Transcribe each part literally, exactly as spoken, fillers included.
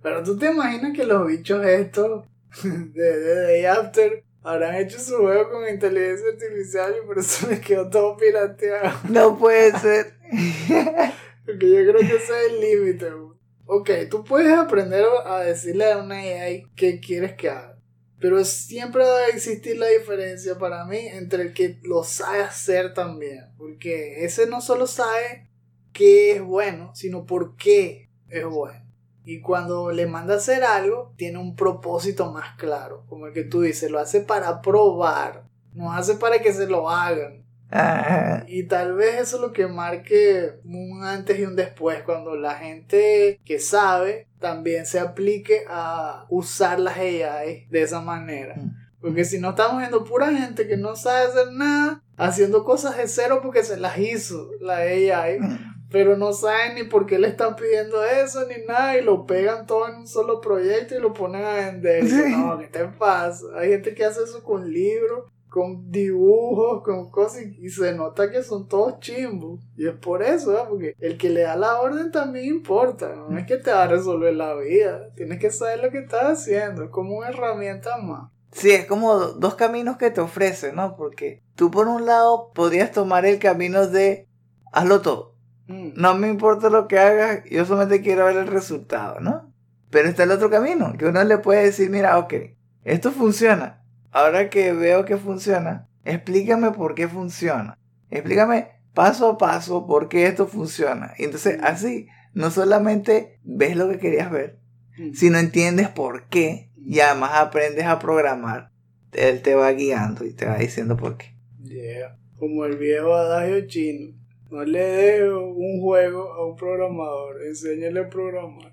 Pero tú te imaginas que los bichos estos de, de Day After habrán hecho su juego con inteligencia artificial y por eso les quedó todo pirateado. No puede ser. Porque yo creo que ese es el límite. Ok, tú puedes aprender a decirle a una A I qué quieres que haga. Pero siempre va a existir la diferencia para mí entre el que lo sabe hacer también. Porque ese no solo sabe qué es bueno, sino por qué es bueno. Y cuando le manda a hacer algo, tiene un propósito más claro. Como el que tú dices, lo hace para probar. No hace para que se lo hagan. Ah, Y tal vez eso es lo que marque un antes y un después. Cuando la gente que sabe también se aplique a usar las A I de esa manera. Porque si no estamos viendo pura gente que no sabe hacer nada, haciendo cosas de cero porque se las hizo la A I. Pero no saben ni por qué le están pidiendo eso ni nada y lo pegan todo en un solo proyecto y lo ponen a vender. Y yo, no, ¿qué te pasa? Hay gente que hace eso con libros, con dibujos, con cosas y, y se nota que son todos chimbos. Y es por eso, ¿eh? Porque el que le da la orden también importa. No es que te va a resolver la vida. Tienes que saber lo que estás haciendo. Es como una herramienta más. sí, es como do- dos caminos que te ofrece, ¿no? Porque tú por un lado podrías tomar el camino de hazlo todo. Mm. No me importa lo que hagas, yo solamente quiero ver el resultado, ¿no? Pero está el otro camino, que uno le puede decir, mira, ok, esto funciona. Ahora que veo que funciona, explícame por qué funciona. Explícame paso a paso por qué esto funciona. Y entonces, así, no solamente ves lo que querías ver, Mm. sino entiendes por qué y además aprendes a programar. Él te va guiando y te va diciendo por qué. Yeah. Como el viejo adagio chino. No le dejo un juego a un programador, enséñale a programar.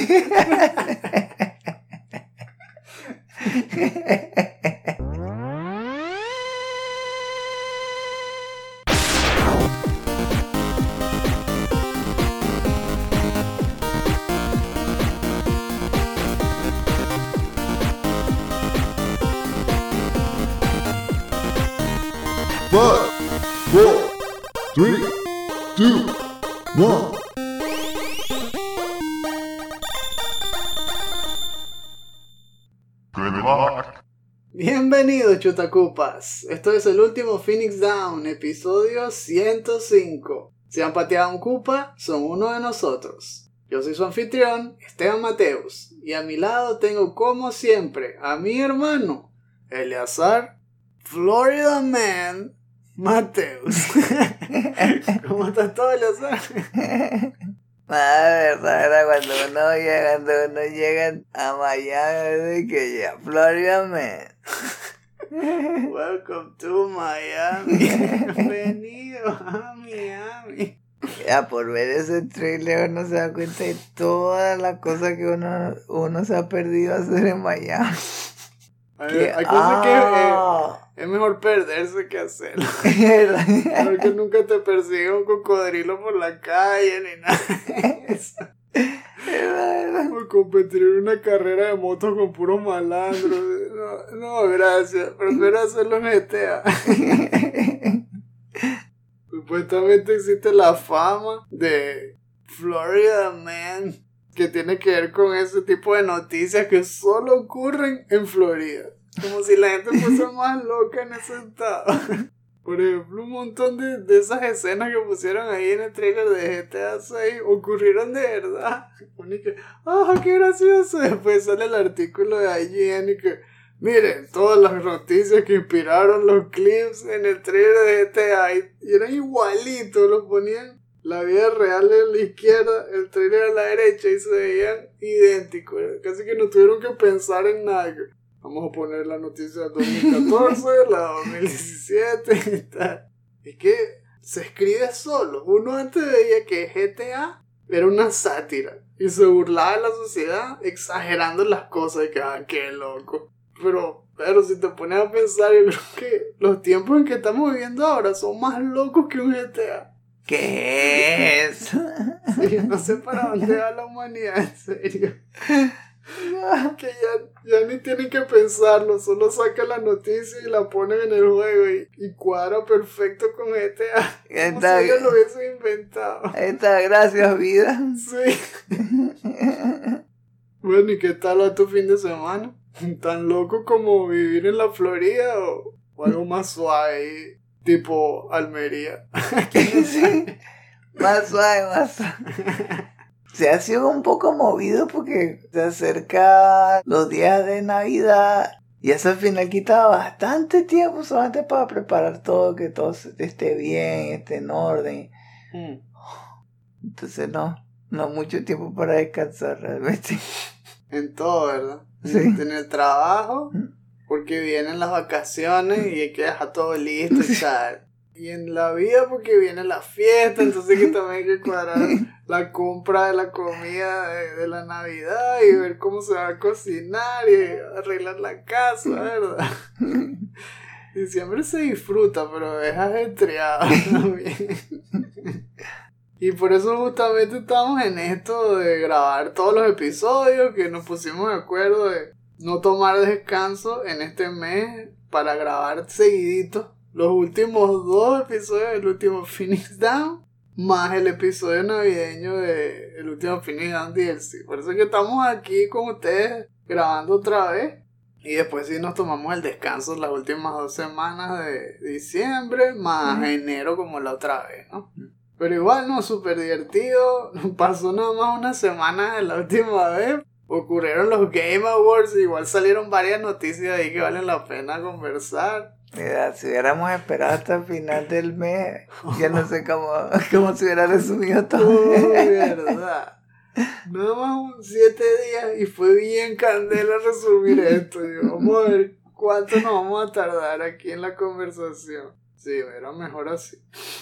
Five, four, three, two, one. Good luck. Bienvenidos, chutacupas. Esto es el último Phoenix Down, episodio ciento cinco. Si han pateado un cupa, son uno de nosotros. Yo soy su anfitrión, Esteban Mateus, y a mi lado tengo, como siempre, a mi hermano, Eleazar Florida Man Mateus. ¿Cómo estás todo, Eleazar? Ah, verdad, verdad, cuando uno llega, cuando uno llega a Miami, de que ya, Florida Man. Welcome to Miami. Bienvenido a Miami. Ya, por ver ese trailer uno se da cuenta de todas las cosas que uno, uno se ha perdido hacer en Miami. Hay, Que- hay cosas ah. que eh, es mejor perderse que hacerlo. ¿Verdad? Mejor que nunca te persiga un cocodrilo por la calle ni nada de eso. ¿Verdad? O competir en una carrera de motos con puros malandros. No, no, gracias. Prefiero hacerlo en G T A. Supuestamente existe la fama de Florida Man, que tiene que ver con ese tipo de noticias que solo ocurren en Florida. Como si la gente fuese más loca en ese estado. Por ejemplo, un montón de, de esas escenas que pusieron ahí en el trailer de G T A seis ocurrieron de verdad. Y que, ¡ah, qué gracioso! Después sale el artículo de I G N y que, miren, todas las noticias que inspiraron los clips en el trailer de G T A. Y, y eran igualitos, los ponían la vida real en la izquierda, el trailer a la derecha y se veían idénticos. Casi que no tuvieron que pensar en nada. Vamos a poner la noticia del dos mil catorce, la dos mil diecisiete y tal. Es que se escribe solo. Uno antes veía que G T A era una sátira y se burlaba de la sociedad exagerando las cosas y que, ah, qué loco. Pero, pero si te pones a pensar, yo creo que los tiempos en que estamos viviendo ahora son más locos que un G T A. ¿Qué es? Sí, no sé para dónde va la humanidad, en serio. Que ya, ya ni tienen que pensarlo, solo sacan la noticia y la ponen en el juego y, y cuadra perfecto con G T A. Como Está si ellos bien. lo hubiesen inventado. Ahí está, gracias, vida. Sí. Bueno, ¿y qué tal va tu fin de semana? ¿Tan loco como vivir en la Florida o, o algo más suave, tipo Almería? Sí, más suave, más suave. Se ha sido un poco movido porque se acerca los días de Navidad y eso al final quita bastante tiempo solamente para preparar todo, que todo esté bien, esté en orden. Mm. Entonces no, no mucho tiempo para descansar realmente. En todo, ¿verdad? Sí. En el trabajo, porque vienen las vacaciones y hay que dejar todo listo y tal. Y en la vida porque viene la fiesta, entonces que también hay que cuadrar la compra de la comida de, de la Navidad y ver cómo se va a cocinar y arreglar la casa, ¿verdad? Diciembre se disfruta, pero es ajetreado también. Y por eso justamente estamos en esto de grabar todos los episodios, que nos pusimos de acuerdo de no tomar descanso en este mes para grabar seguidito los últimos dos episodios del último Phoenix Down, más el episodio navideño de el último Phoenix Down D L C. Por eso es que estamos aquí con ustedes grabando otra vez. Y después sí nos tomamos el descanso las últimas dos semanas de diciembre, más enero como la otra vez, ¿no? Pero igual, ¿no? Súper divertido. Pasó nada más una semana de la última vez. Ocurrieron los Game Awards. Igual salieron varias noticias ahí que valen la pena conversar. Mira, si hubiéramos esperado hasta el final del mes, ya no sé cómo, cómo se hubiera resumido todo. Oh, verdad. Nada más un siete días y fue bien candela resumir esto. Digo, vamos a ver cuánto nos vamos a tardar aquí en la conversación. Sí, era mejor así.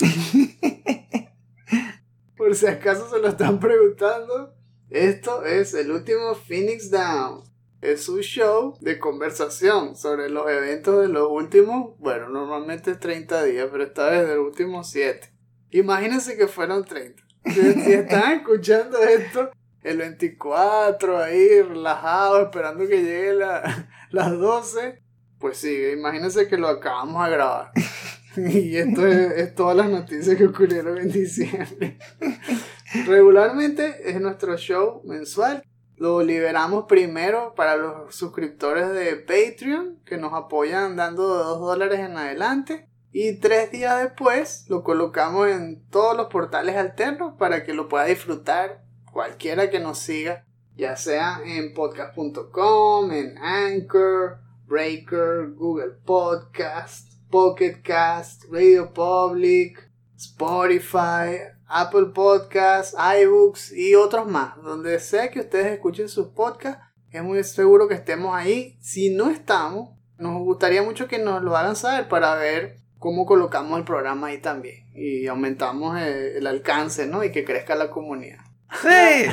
Por si acaso se lo están preguntando, esto es el último Phoenix Down. Es un show de conversación sobre los eventos de los últimos, bueno, normalmente es treinta días, pero esta vez de los últimos siete. Imagínense que fueron treinta. Si, si están escuchando esto el veinticuatro, ahí relajado, esperando que llegue la, las doce, pues sí, imagínense que lo acabamos de grabar. Y esto es, es todas las noticias que ocurrieron en diciembre. Regularmente es nuestro show mensual. Lo liberamos primero para los suscriptores de Patreon, que nos apoyan dando de dos dólares en adelante. Y tres días después lo colocamos en todos los portales alternos para que lo pueda disfrutar cualquiera que nos siga, ya sea en podcast punto com, en Anchor, Breaker, Google Podcast, Pocket Cast, Radio Public, Spotify, Apple Podcasts, iBooks y otros más. Donde sea que ustedes escuchen sus podcasts, es muy seguro que estemos ahí. Si no estamos, nos gustaría mucho que nos lo hagan saber para ver cómo colocamos el programa ahí también. Y aumentamos el, el alcance, ¿no? Y que crezca la comunidad. ¡Sí!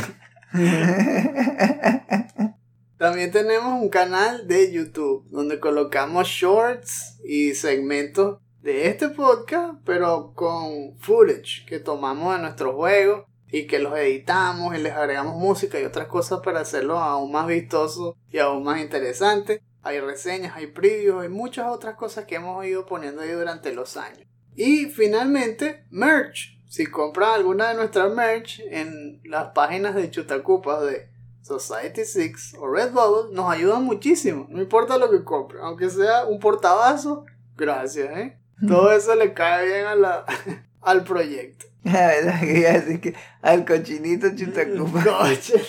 También tenemos un canal de YouTube donde colocamos shorts y segmentos de este podcast, pero con footage que tomamos de nuestros juegos y que los editamos y les agregamos música y otras cosas para hacerlo aún más vistoso y aún más interesante. Hay reseñas, hay previews, hay muchas otras cosas que hemos ido poniendo ahí durante los años. Y finalmente, merch. Si compran alguna de nuestras merch en las páginas de Chutacupas de Society six o Redbubble, nos ayudan muchísimo. No importa lo que compren, aunque sea un portavasos, gracias, ¿eh? Todo eso le cae bien a la, al proyecto. La verdad que iba a decir que al cochinito Chutacupa. Coche.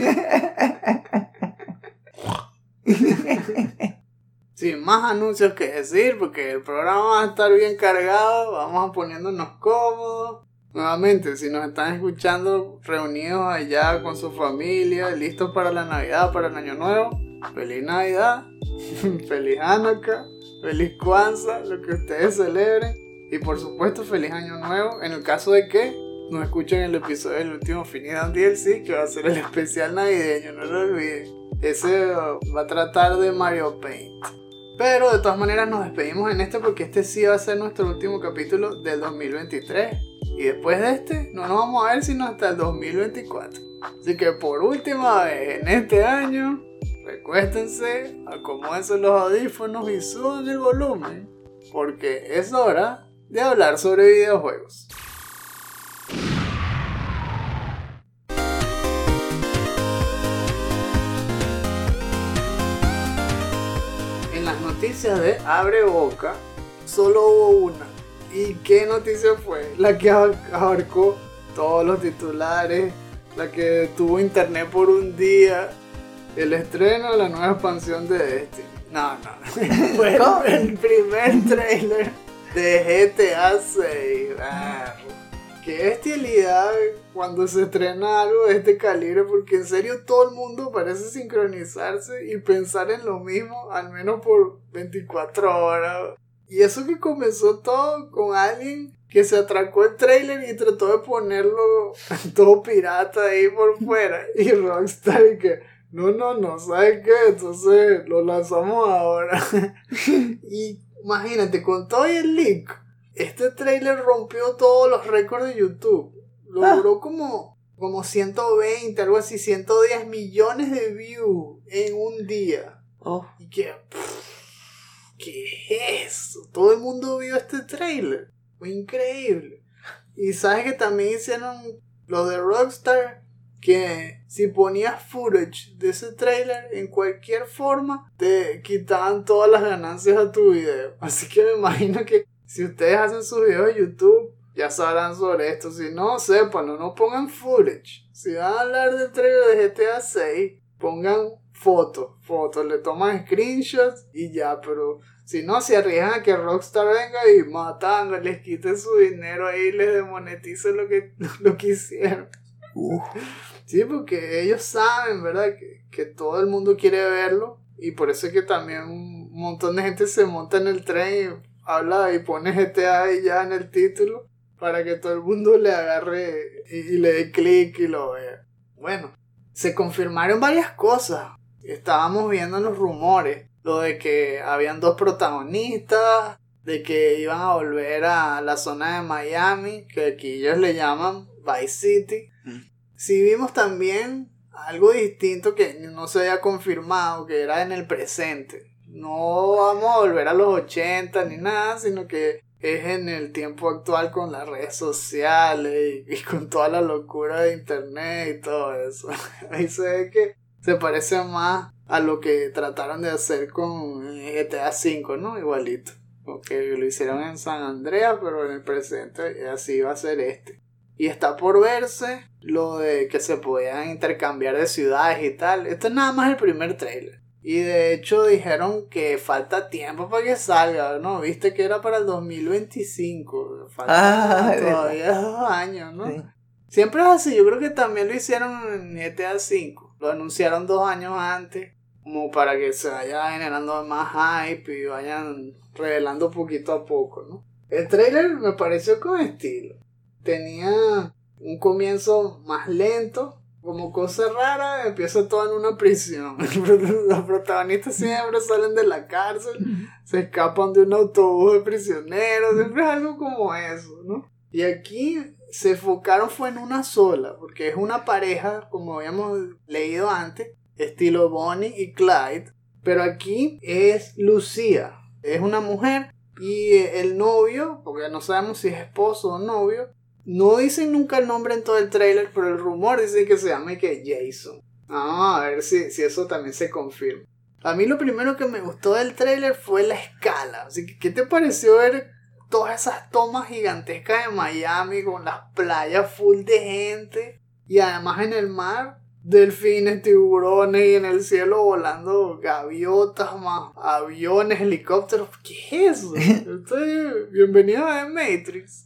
Sin más anuncios que decir, porque el programa va a estar bien cargado, vamos a poniéndonos cómodos. Nuevamente, si nos están escuchando reunidos allá con su familia, listos para la Navidad, para el Año Nuevo, feliz Navidad, feliz Hanukkah, feliz Kwanzaa, lo que ustedes celebren, y por supuesto feliz Año Nuevo, en el caso de que nos escuchen el episodio del último Phoenix Down D L C, que va a ser el especial navideño, no lo olviden. Ese va a tratar de Mario Paint. Pero de todas maneras nos despedimos en este porque este sí va a ser nuestro último capítulo del dos mil veintitrés. Y después de este no nos vamos a ver sino hasta el dos mil veinticuatro. Así que por última vez en este año, recuéstense, acomódense los audífonos y suban el volumen, porque es hora de hablar sobre videojuegos. noticias de Abre Boca, solo hubo una. ¿Y qué noticia fue? La que abarcó todos los titulares, la que tuvo internet por un día, el estreno de la nueva expansión de Destiny. No, no, no. Fue el, el primer trailer de G T A seis. Ah, qué bestialidad cuando se estrena algo de este calibre, porque en serio todo el mundo parece sincronizarse y pensar en lo mismo, al menos por veinticuatro horas. Y eso que comenzó todo con alguien que se atracó el trailer y trató de ponerlo todo pirata ahí por fuera. Y Rockstar y que, no, no, no, ¿sabes qué? Entonces lo lanzamos ahora. Y imagínate, con todo el leak, este trailer rompió todos los récords de YouTube. Logró ah. como, como ciento veinte, algo así, ciento diez millones de views en un día. Oh. Y que, pff, ¿qué es eso? Todo el mundo vio este trailer. Fue increíble. Y sabes que también hicieron lo de Rockstar, que si ponías footage de ese trailer en cualquier forma, te quitaban todas las ganancias a tu video. Así que me imagino que si ustedes hacen sus videos de YouTube, ya sabrán sobre esto. Si no, sépanlo, no pongan footage. Si van a hablar del trailer de G T A seis, pongan fotos, fotos, le toman screenshots y ya, pero si no, se arriesgan a que Rockstar venga y matando, les quite su dinero ahí y les demonetice lo que, lo que hicieron. Uh. Sí, porque ellos saben, ¿verdad? Que, que todo el mundo quiere verlo, y por eso es que también un montón de gente se monta en el tren y habla y pone G T A ahí ya en el título para que todo el mundo le agarre y, y le dé clic y lo vea. Bueno, se confirmaron varias cosas. Estábamos viendo los rumores, lo de que habían dos protagonistas, de que iban a volver a la zona de Miami, que aquí ellos le llaman Vice City. Mm. Sí vimos también algo distinto que no se había confirmado, que era en el presente. No vamos a volver a los ochenta ni nada, sino que es en el tiempo actual con las redes sociales y, y con toda la locura de internet y todo eso. Ahí se ve que se parece más a lo que trataron de hacer con G T A cinco, ¿no? Igualito. Porque lo hicieron en San Andreas, pero en el presente así va a ser este. Y está por verse lo de que se podían intercambiar de ciudades y tal. Esto es nada más el primer trailer. Y de hecho dijeron que falta tiempo para que salga, ¿no? Viste que era para el dos mil veinticinco. Falta ah, todavía dos años, ¿no? Sí. Siempre es así. Yo creo que también lo hicieron en G T A cinco. Lo anunciaron dos años antes, como para que se vaya generando más hype y vayan revelando poquito a poco, ¿no? El trailer me pareció con estilo. Tenía un comienzo más lento, como cosa rara, empieza todo en una prisión. Los protagonistas siempre salen de la cárcel, se escapan de un autobús de prisioneros, siempre es algo como eso, ¿no? Y aquí se enfocaron fue en una sola, porque es una pareja, como habíamos leído antes, estilo Bonnie y Clyde, pero aquí es Lucía, es una mujer, y el novio, porque no sabemos si es esposo o novio, no dicen nunca el nombre en todo el trailer, pero el rumor dice que se llama que Jason. Vamos a ver si, si eso también se confirma. A mí lo primero que me gustó del trailer fue la escala. Así que, ¿qué te pareció ver todas esas tomas gigantescas de Miami con las playas full de gente? Y además en el mar, delfines, tiburones, y en el cielo volando gaviotas, más aviones, helicópteros. ¿Qué es eso? Estoy... Bienvenido a The Matrix.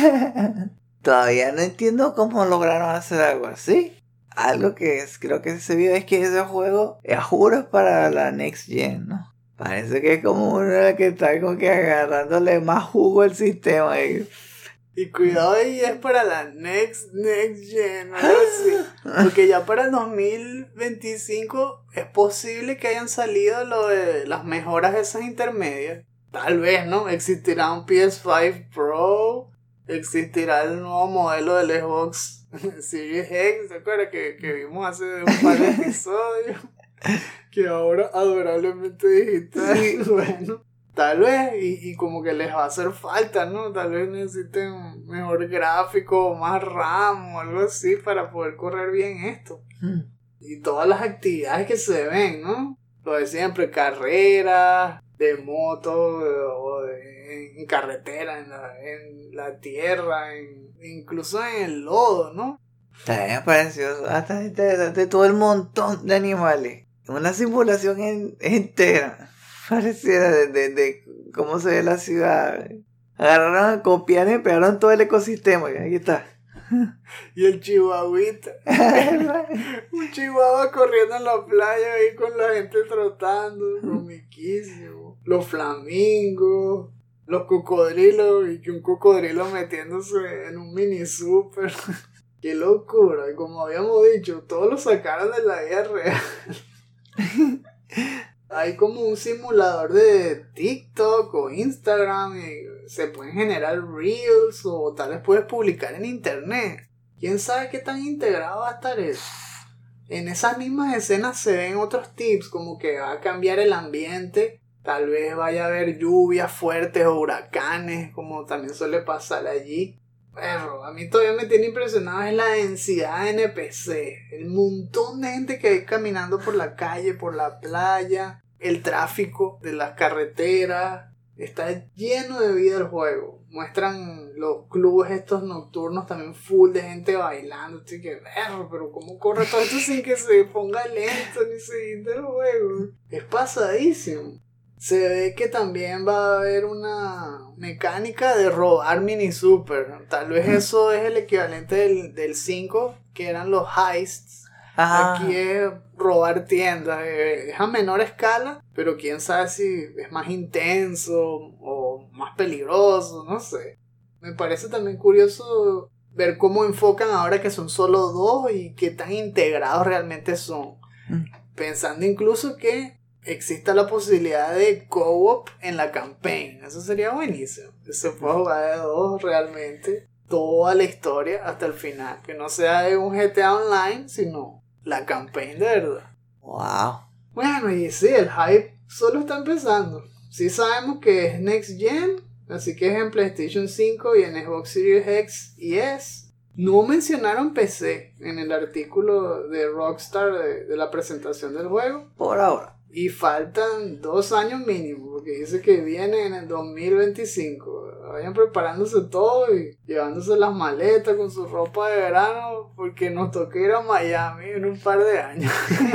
Todavía no entiendo cómo lograron hacer algo así. Algo que es, creo que se vio es que ese juego, a juro, es para la Next Gen, ¿no? Parece que es como una que está como que agarrándole más jugo al sistema ahí. Y cuidado ahí, es para la Next, next Gen, algo así. Porque ya para el dos mil veinticinco es posible que hayan salido lo de las mejoras esas intermedias. Tal vez, ¿no? Existirá un P S cinco Pro, existirá el nuevo modelo del Xbox Series X, ¿se acuerdan? Que, que vimos hace un par de episodios. Que ahora adorablemente digital. Sí. Bueno, tal vez, y, y como que les va a hacer falta, ¿no? Tal vez necesiten mejor gráfico, más RAM o algo así para poder correr bien esto. Hmm. Y todas las actividades que se ven, ¿no? Lo de siempre, carreras, de moto o de, en carretera, en la, en la tierra, en, incluso en el lodo, ¿no? También me pareció hasta interesante todo el montón de animales. Una simulación en, entera. Pareciera de, de, de cómo se ve la ciudad. Agarraron, copiaron y pegaron todo el ecosistema. Y aquí está. Y el chihuahuita. Un chihuahua corriendo en la playa ahí con la gente trotando, comiquísimo. Los flamingos, los cocodrilos, y que un cocodrilo metiéndose en un mini super. Qué locura. Y como habíamos dicho, todos lo sacaron de la vida real. Hay como un simulador de TikTok o Instagram y se pueden generar reels o tal vez puedes publicar en internet. ¿Quién sabe qué tan integrado va a estar eso? En esas mismas escenas se ven otros tips como que va a cambiar el ambiente. Tal vez vaya a haber lluvias fuertes o huracanes como también suele pasar allí. Pero a mí todavía me tiene impresionado es la densidad de N P C. El montón de gente que hay caminando por la calle, por la playa. El tráfico de las carreteras. Está lleno de vida el juego. Muestran los clubes estos nocturnos también full de gente bailando. Así que, perro, pero ¿cómo corre todo esto sin que se ponga lento ni se guinde el juego? Es pasadísimo. Se ve que también va a haber una mecánica de robar mini super. Tal vez eso es el equivalente del, del cinco, que eran los heists. Ah. Aquí es robar tiendas. Es a menor escala, pero quién sabe si es más intenso o más peligroso, no sé. Me parece también curioso ver cómo enfocan ahora que son solo dos y qué tan integrados realmente son. Mm. Pensando incluso que exista la posibilidad de co-op en la campaign. Eso sería buenísimo. Que se pueda jugar de dos realmente. Toda la historia hasta el final. Que no sea de un G T A Online, sino la campaign de verdad. Wow. Bueno, y sí, el hype solo está empezando. Sí sabemos que es Next Gen. Así que es en PlayStation cinco y en Xbox Series X y S. No mencionaron P C en el artículo de Rockstar de, de la presentación del juego. Por ahora. Y faltan dos años mínimo, porque dice que viene en el dos mil veinticinco. Vayan preparándose todo y llevándose las maletas con su ropa de verano, porque nos toca ir a Miami en un par de años.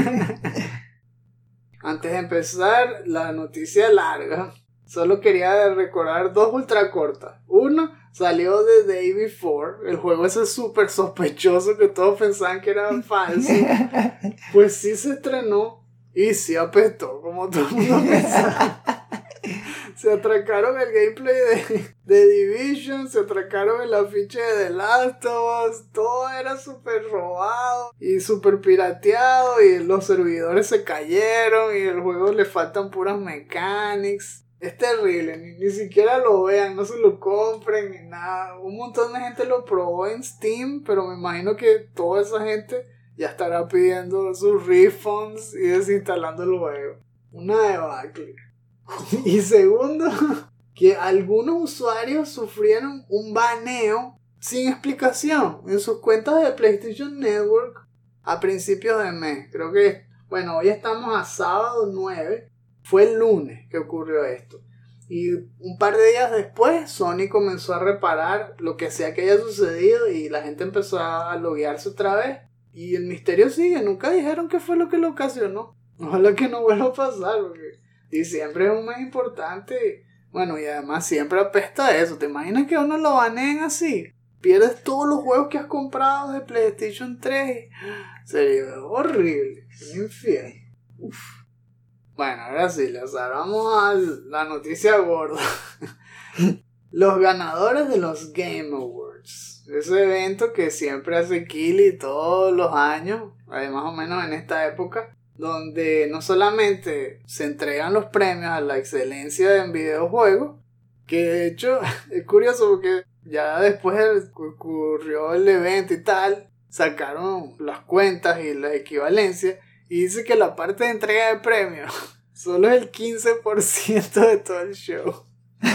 Antes de empezar, la noticia larga. Solo quería recordar dos ultra cortas. Uno, salió The Day Before, el juego ese súper sospechoso que todos pensaban que era falso. Pues sí se estrenó. Y sí apestó, como todo el mundo pensaba. Se atracaron el gameplay de, de Division, se atracaron el afiche de The Last of Us, todo era súper robado y súper pirateado y los servidores se cayeron y el juego le faltan puras mechanics. Es terrible, ni, ni siquiera lo vean, no se lo compren ni nada. Un montón de gente lo probó en Steam, pero me imagino que toda esa gente ya estará pidiendo sus refunds y desinstalando el juego. Una debacle. Y segundo, que algunos usuarios sufrieron un baneo sin explicación en sus cuentas de PlayStation Network a principios de mes. Creo que, bueno, hoy estamos a sábado nueve. Fue el lunes que ocurrió esto. Y un par de días después, Sony comenzó a reparar lo que sea que haya sucedido y la gente empezó a loguearse otra vez. Y el misterio sigue, nunca dijeron qué fue lo que lo ocasionó. Ojalá que no vuelva a pasar, porque diciembre es un mes importante. Bueno, y además siempre apesta eso. ¿Te imaginas que a uno lo baneen así? Pierdes todos los juegos que has comprado de PlayStation tres. Sería horrible, un infierno. Uf. Bueno, ahora sí, Lazar, vamos a la noticia gorda. Los ganadores de los Game Awards. Ese evento que siempre hace Kili todos los años, más o menos en esta época, donde no solamente se entregan los premios a la excelencia en videojuegos, que de hecho es curioso porque ya después ocurrió el evento y tal, sacaron las cuentas y las equivalencias y dice que la parte de entrega de premios solo es el quince por ciento de todo el show.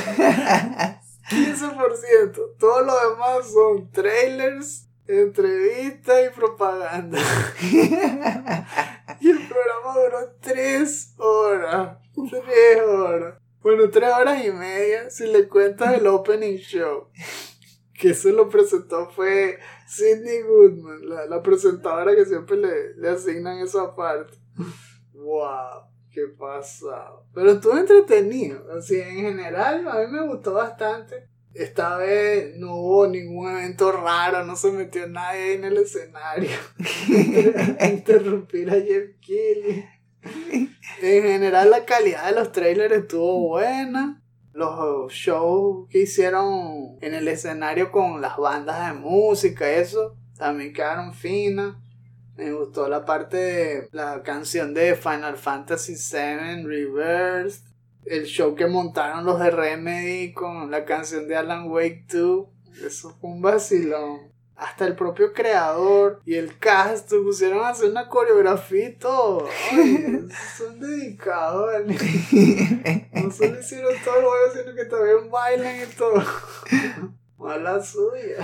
quince por ciento. Todo lo demás son trailers, entrevistas y propaganda. Y el programa duró tres horas. Tres horas. Bueno, tres horas y media si le cuentas el opening show. Que eso lo presentó fue Sydney Goodman, la, la presentadora que siempre le, le asignan esa parte. Wow, qué pasado. Pero estuvo entretenido. Así, en general, a mí me gustó bastante. Esta vez no hubo ningún evento raro, no se metió nadie en el escenario a interrumpir a Jeff Keighley. En general la calidad de los trailers estuvo buena. Los shows que hicieron en el escenario con las bandas de música, eso también quedaron finas. Me gustó la parte de la canción de Final Fantasy siete Reversed. El show que montaron los de Remedy con la canción de Alan Wake dos. Eso fue un vacilón. Hasta el propio creador y el cast pusieron a hacer una coreografía y todo. Ay, son dedicados. No solo hicieron todo el juego, sino que también bailan y todo. Mala suya.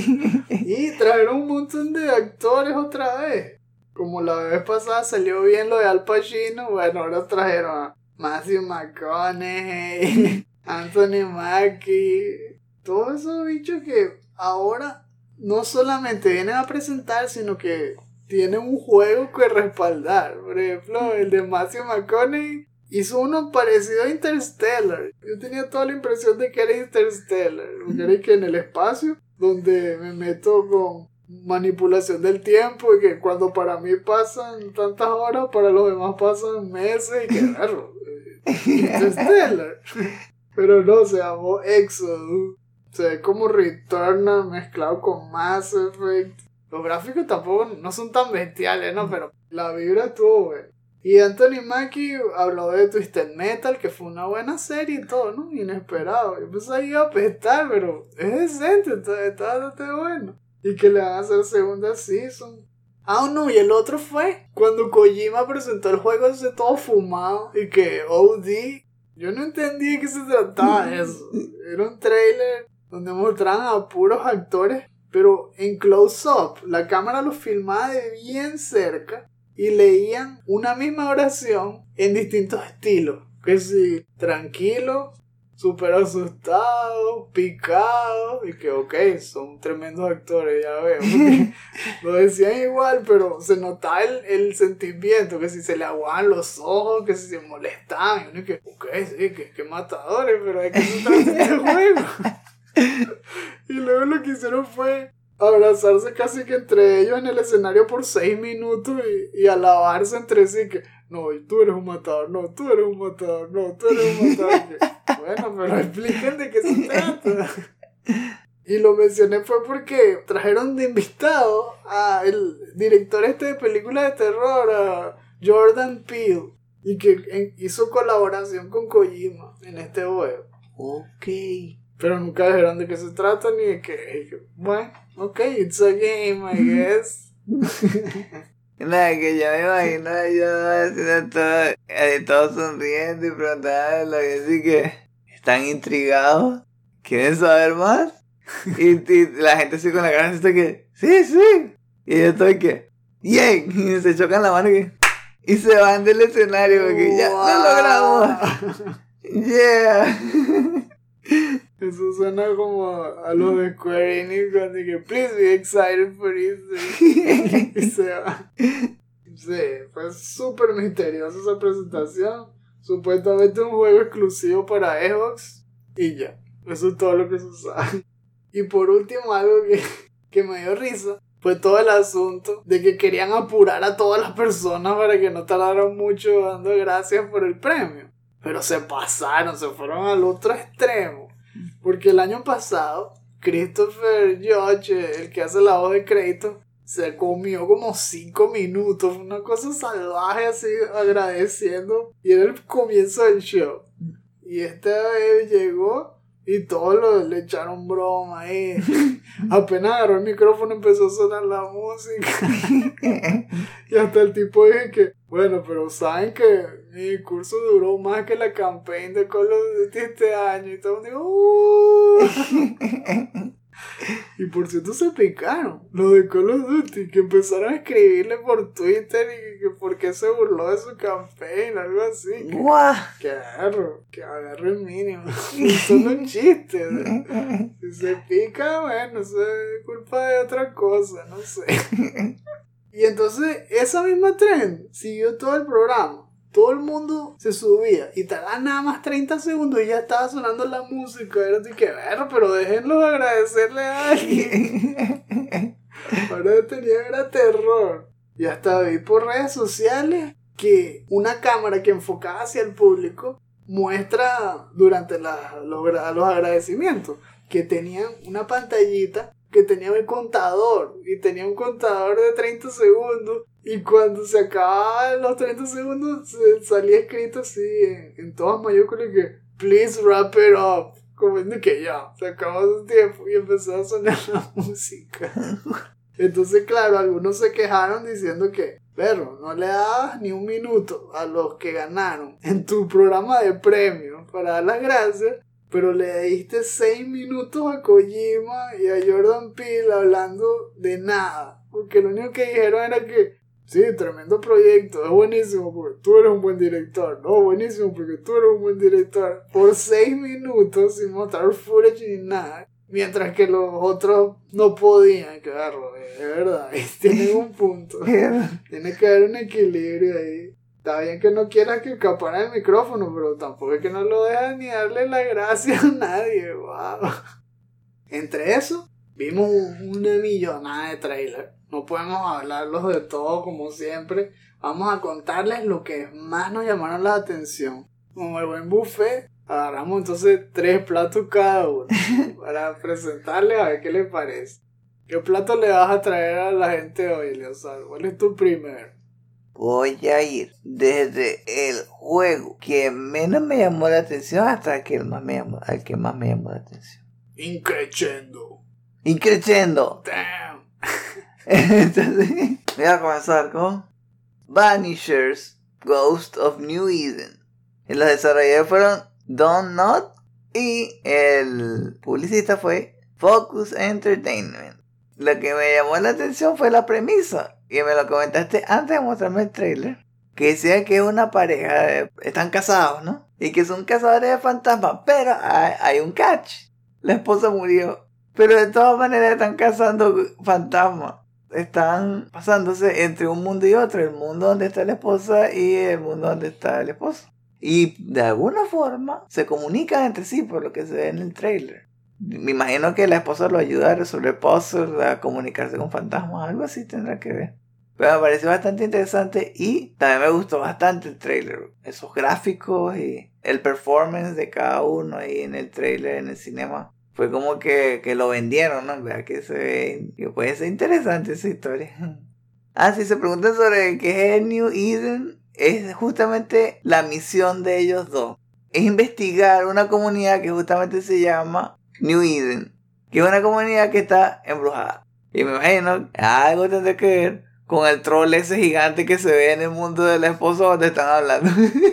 Y trajeron un montón de actores otra vez. Como la vez pasada salió bien lo de Al Pacino, bueno, ahora trajeron a Matthew McConaughey, Anthony Mackie, todos esos bichos que ahora no solamente vienen a presentar, sino que tienen un juego que respaldar. Por ejemplo, el de Matthew McConaughey hizo uno parecido a Interstellar. Yo tenía toda la impresión de que era Interstellar, porque era que en el espacio, donde me meto con manipulación del tiempo, y que cuando para mí pasan tantas horas, para los demás pasan meses, y que raro. Interstellar. Pero no, se llamó Exodus. Se ve como Returnal mezclado con Mass Effect. Los gráficos tampoco no son tan bestiales, ¿no? Pero la vibra estuvo buena. Y Anthony Mackie habló de Twisted Metal, que fue una buena serie y todo, ¿no? Inesperado. Yo pensaba que iba a apestar, pero es decente, está, está bastante bueno. Y que le van a hacer segunda season. Ah, no, y el otro fue cuando Kojima presentó el juego ese todo fumado y que O D. Yo no entendí de qué se trataba de eso. Era un trailer donde mostraban a puros actores, pero en close-up. La cámara los filmaba de bien cerca y leían una misma oración en distintos estilos. Que si, tranquilo, súper asustado, picado, y que ok, son tremendos actores, ya veo. Lo decían igual, pero se notaba el, el sentimiento, que si se le aguaban los ojos, que si se molestaban, y uno que, ok, sí, que, que matadores, pero ¿de qué se trata este juego? Y luego lo que hicieron fue abrazarse casi que entre ellos en el escenario por seis minutos y, y alabarse entre sí, que no, tú eres un matador, no, tú eres un matador, no, tú eres un matador. Que, bueno, pero expliquen de qué se trata. Y lo mencioné fue porque trajeron de invitado a el director este de películas de terror, a Jordan Peele, y que en, hizo colaboración con Kojima en este juego. Ok. Pero nunca dijeron de qué se trata ni de qué. Bueno, ok, it's a game, I guess. Nada, que yo me imagino a ellos haciendo todo, eh, todos sonriendo y preguntando así que están intrigados, quieren saber más. Y, y la gente así con la cara así que, sí, sí. Y yo estoy que, ¡yay! Y se chocan la mano y, que, y se van del escenario porque ya wow. lo logramos. Yeah. Eso suena como a los de Square Enix cuando dije, please be excited for this. Y se va. Sí, fue súper misteriosa esa presentación. Supuestamente un juego exclusivo para Xbox. Y ya, eso es todo lo que se sabe. Y por último, algo que, que me dio risa fue todo el asunto de que querían apurar a todas las personas para que no tardaran mucho dando gracias por el premio. Pero se pasaron, se fueron al otro extremo. Porque el año pasado, Christopher Judge, el que hace la voz de crédito, se comió como cinco minutos. Una cosa salvaje así, agradeciendo. Y era el comienzo del show. Y esta vez llegó y todos lo, le echaron broma ahí. Apenas agarró el micrófono empezó a sonar la música. Y hasta el tipo dije que, bueno, pero saben que mi discurso duró más que la campaign de Call of Duty este año. Y todo el mundo dijo, uh. Y por cierto se picaron los de Call of Duty, que empezaron a escribirle por Twitter y que por qué se burló de su campaign, algo así. Que, ¡Guau! que agarro, que agarro el mínimo. Son los chistes. ¿No? Si se pica, bueno, eso es culpa de otra cosa, no sé. Y entonces esa misma trend siguió todo el programa. Todo el mundo se subía y tardaba nada más treinta segundos y ya estaba sonando la música. Era así que, ver, pero déjenlos agradecerle a alguien. Ahora tenía era terror. Y hasta vi por redes sociales que una cámara que enfocaba hacia el público muestra durante la, los, los agradecimientos que tenían una pantallita que tenía el contador y tenía un contador de treinta segundos y cuando se acababan los treinta segundos se salía escrito así en, en todas mayúsculas que please wrap it up, como es que ya se acabó su tiempo y empezó a sonar la música. Entonces claro, algunos se quejaron diciendo que perro, no le dabas ni un minuto a los que ganaron en tu programa de premios para dar las gracias, pero le diste seis minutos a Kojima y a Jordan Peele hablando de nada. Porque lo único que dijeron era que, sí, tremendo proyecto, es buenísimo porque tú eres un buen director. No, buenísimo porque tú eres un buen director. Por seis minutos sin mostrar footage ni nada. Mientras que los otros no podían, claro, es verdad. Tienen un punto. Tiene que haber un equilibrio ahí. Está bien que no quieras que escapara el micrófono, pero tampoco es que no lo dejas ni darle la gracia a nadie. Wow. Entre eso, vimos una millonada de trailers. No podemos hablarlos de todo como siempre. Vamos a contarles lo que más nos llamaron la atención. Como el buen buffet, agarramos entonces tres platos cada uno para presentarles a ver qué les parece. ¿Qué plato le vas a traer a la gente hoy, Leozar? ¿Cuál es tu primero? Voy a ir desde el juego que menos me llamó la atención hasta el que más me llamó, el que más me llamó la atención. Increchendo. Increchendo. Damn. Entonces, voy a comenzar con Vanishers, Ghost of New Eden. Y los desarrolladores fueron Don't Not y el publicista fue Focus Entertainment. Lo que me llamó la atención fue la premisa. Y me lo comentaste antes de mostrarme el trailer. Que decía que es una pareja, de, están casados, ¿no? Y que son cazadores de fantasmas. Pero hay, hay un catch. La esposa murió. Pero de todas maneras están cazando fantasmas. Están pasándose entre un mundo y otro. El mundo donde está la esposa y el mundo donde está el esposo. Y de alguna forma se comunican entre sí por lo que se ve en el trailer. Me imagino que la esposa lo ayuda a resolver puzzles, a comunicarse con fantasmas, algo así tendrá que ver. Pero me pareció bastante interesante y también me gustó bastante el trailer. Esos gráficos y el performance de cada uno ahí en el trailer, en el cinema. Fue como que, que lo vendieron, ¿no? Vea que se ve, que puede ser interesante esa historia. Ah, si se preguntan sobre qué es el New Eden, es justamente la misión de ellos dos. Es investigar una comunidad que justamente se llama New Eden, que es una comunidad que está embrujada. Y me imagino que algo tendrá que ver con el troll ese gigante que se ve en el mundo del esposo donde están hablando.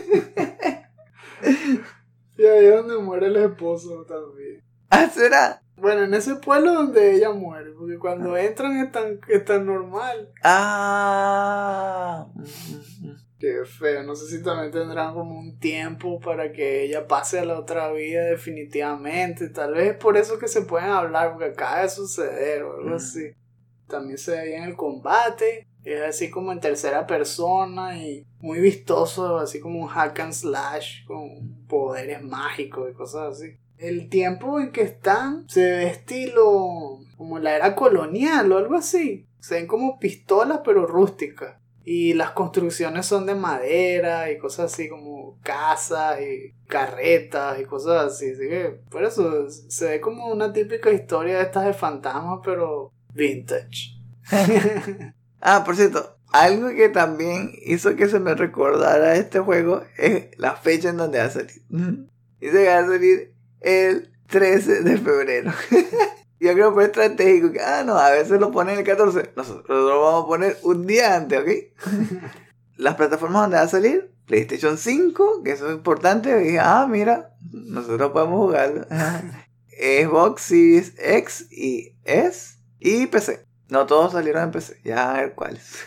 Y ahí es donde muere el esposo también. ¿Ah, será? Bueno, en ese pueblo donde ella muere, porque cuando ah. entran es tan, es tan normal. Ah. Qué feo, no sé si también tendrán como un tiempo para que ella pase a la otra vida definitivamente. Tal vez es por eso que se pueden hablar, porque acaba de suceder o algo mm. así. También se ve en el combate, es así como en tercera persona y muy vistoso, así como un hack and slash con poderes mágicos y cosas así. El tiempo en que están se ve estilo como la era colonial o algo así. Se ven como pistolas pero rústicas. Y las construcciones son de madera y cosas así como casas y carretas y cosas así. Así que por eso se ve como una típica historia de estas de fantasmas, pero vintage. Ah, por cierto, algo que también hizo que se me recordara este juego es la fecha en donde va a salir. Dice que va a salir el trece de febrero. Yo creo que fue estratégico. Que, ah, no, a veces lo ponen el catorce. Nosotros lo vamos a poner un día antes, ¿ok? Las plataformas donde va a salir, PlayStation cinco, que eso es importante. Y dije, ah, mira, nosotros podemos jugarlo. Xbox Series X y S y P C. No todos salieron en P C, ya a ver cuáles.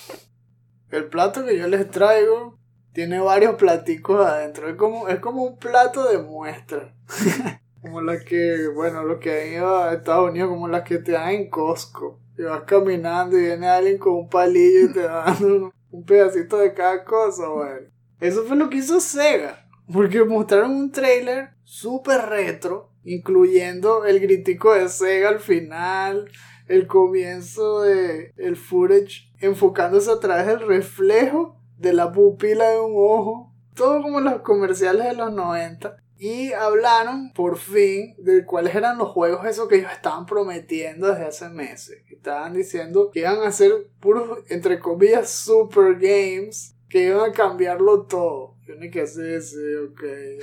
El plato que yo les traigo tiene varios platicos adentro. Es como, es como un plato de muestra. Como las que, bueno, los que han ido a Estados Unidos, como las que te dan en Costco. Y vas caminando y viene alguien con un palillo y te da un, un pedacito de cada cosa, bueno. Eso fue lo que hizo Sega. Porque mostraron un trailer súper retro, incluyendo el gritico de Sega al final, el comienzo de el footage enfocándose a través del reflejo de la pupila de un ojo, todo como los comerciales de los noventa. Y hablaron por fin de cuáles eran los juegos esos que ellos estaban prometiendo desde hace meses. Estaban diciendo que iban a ser puros, entre comillas, super games, que iban a cambiarlo todo. Yo ni qué sé, sí, ok.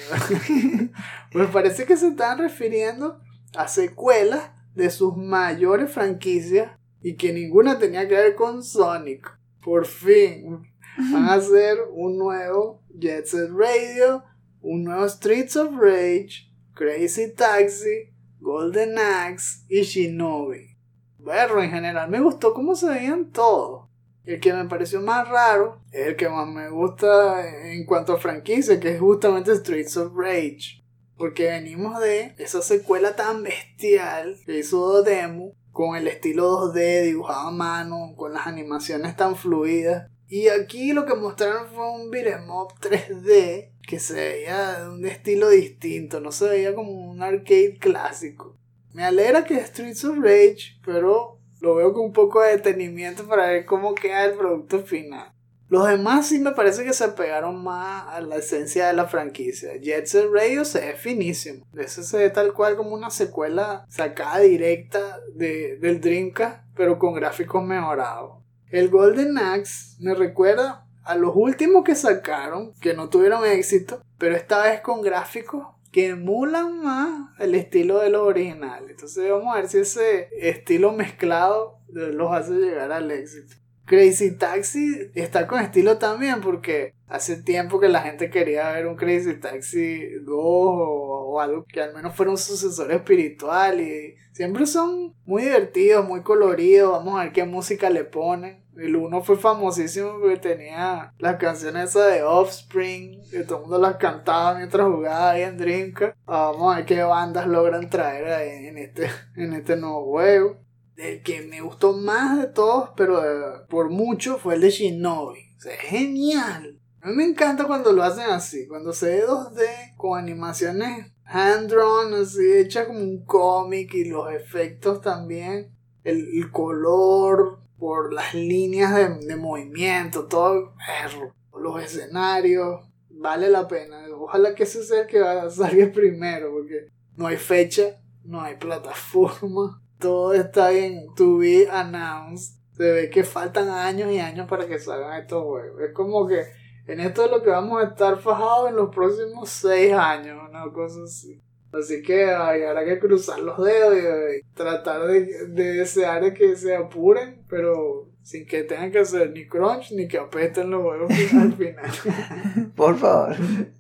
Pues parece que se están refiriendo a secuelas de sus mayores franquicias y que ninguna tenía que ver con Sonic. Por fin van a hacer un nuevo Jet Set Radio, un nuevo Streets of Rage, Crazy Taxi, Golden Axe y Shinobi. Bueno, en general me gustó cómo se veían todos. El que me pareció más raro es el que más me gusta en cuanto a franquicia, que es justamente Streets of Rage. Porque venimos de esa secuela tan bestial que hizo Demo, con el estilo dos D dibujado a mano, con las animaciones tan fluidas. Y aquí lo que mostraron fue un beat'em up tres D que se veía de un estilo distinto, no se veía como un arcade clásico. Me alegra que es Streets of Rage, pero lo veo con un poco de detenimiento para ver cómo queda el producto final. Los demás sí me parece que se pegaron más a la esencia de la franquicia. Jet Set Radio se ve finísimo. Ese se ve tal cual como una secuela sacada directa de, del Dreamcast, pero con gráficos mejorados. El Golden Axe me recuerda a los últimos que sacaron, que no tuvieron éxito, pero esta vez con gráficos que emulan más el estilo de los originales. Entonces vamos a ver si ese estilo mezclado los hace llegar al éxito. Crazy Taxi está con estilo también, porque hace tiempo que la gente quería ver un Crazy Taxi dos o, o algo que al menos fuera un sucesor espiritual, y siempre son muy divertidos, muy coloridos. Vamos a ver qué música le ponen. El uno fue famosísimo porque tenía las canciones esas de Offspring, que todo el mundo las cantaba mientras jugaba ahí en Dreamcast. Vamos a ver qué bandas logran traer ahí en este, en este nuevo juego. El que me gustó más de todos, pero uh, por mucho, fue el de Shinobi. O sea, es genial. A mí me encanta cuando lo hacen así, cuando se ve dos D con animaciones hand-drawn, así hechas como un cómic, y los efectos también, el, el color por las líneas de, de movimiento, todo, los escenarios, vale la pena. Ojalá que ese sea el que va a salir primero, porque no hay fecha, no hay plataforma. Todo está bien to be announced. Se ve que faltan años y años para que salgan estos juegos. Es como que en esto es lo que vamos a estar fajados en los próximos seis años, una cosa así. Así que ay, habrá que cruzar los dedos y, y tratar de, de desear de que se apuren, pero sin que tengan que hacer ni crunch ni que apesten los juegos al final. Por favor.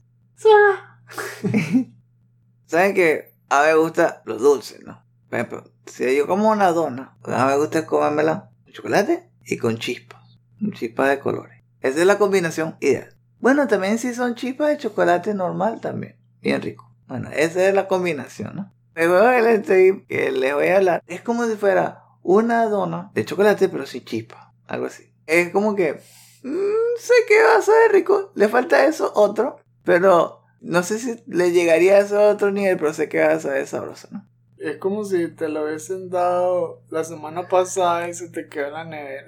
¿Saben que a mí me gustan los dulces, no? Por ejemplo, si yo como una dona, a mí me gusta comérmela con chocolate y con chispas. Chispas de colores. Esa es la combinación ideal. Bueno, también si son chispas de chocolate normal también. Bien rico. Bueno, esa es la combinación, ¿no? El juego que les, estoy, que les voy a hablar es como si fuera una dona de chocolate pero sin chispa. Algo así. Es como que... Mmm, sé que va a ser rico. Le falta eso otro. Pero no sé si le llegaría a ese otro nivel, pero sé que va a saber sabroso, ¿no? Es como si te lo hubiesen dado la semana pasada y se te quedó en la nevera.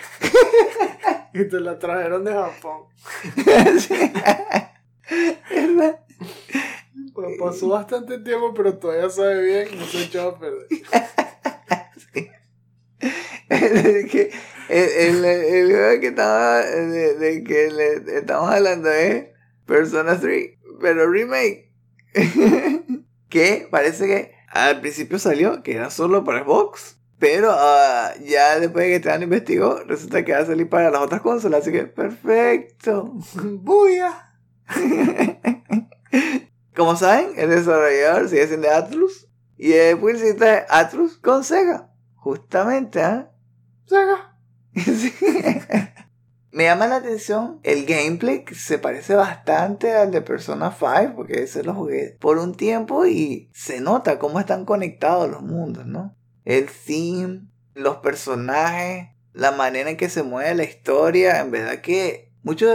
Y te la trajeron de Japón. Sí. ¿Verdad? Pues pasó bastante tiempo, pero todavía sabe bien y no se echó a perder. Sí. Es que el, el, el juego que estaba de, de que le estamos hablando es Persona tres, pero remake. Que parece que al principio salió que era solo para Xbox, pero uh, ya después de que Tran investigó, resulta que va a salir para las otras consolas, así que perfecto. ¡Buya! Como saben, el desarrollador sigue siendo Atlus, Y es publicita de Atlus con Sega. Justamente, ¿ah? ¿eh? Sega. Sí. Me llama la atención el gameplay, que se parece bastante al de Persona cinco, porque ese lo jugué por un tiempo y se nota cómo están conectados los mundos, ¿no? El theme, los personajes, la manera en que se mueve la historia, en verdad que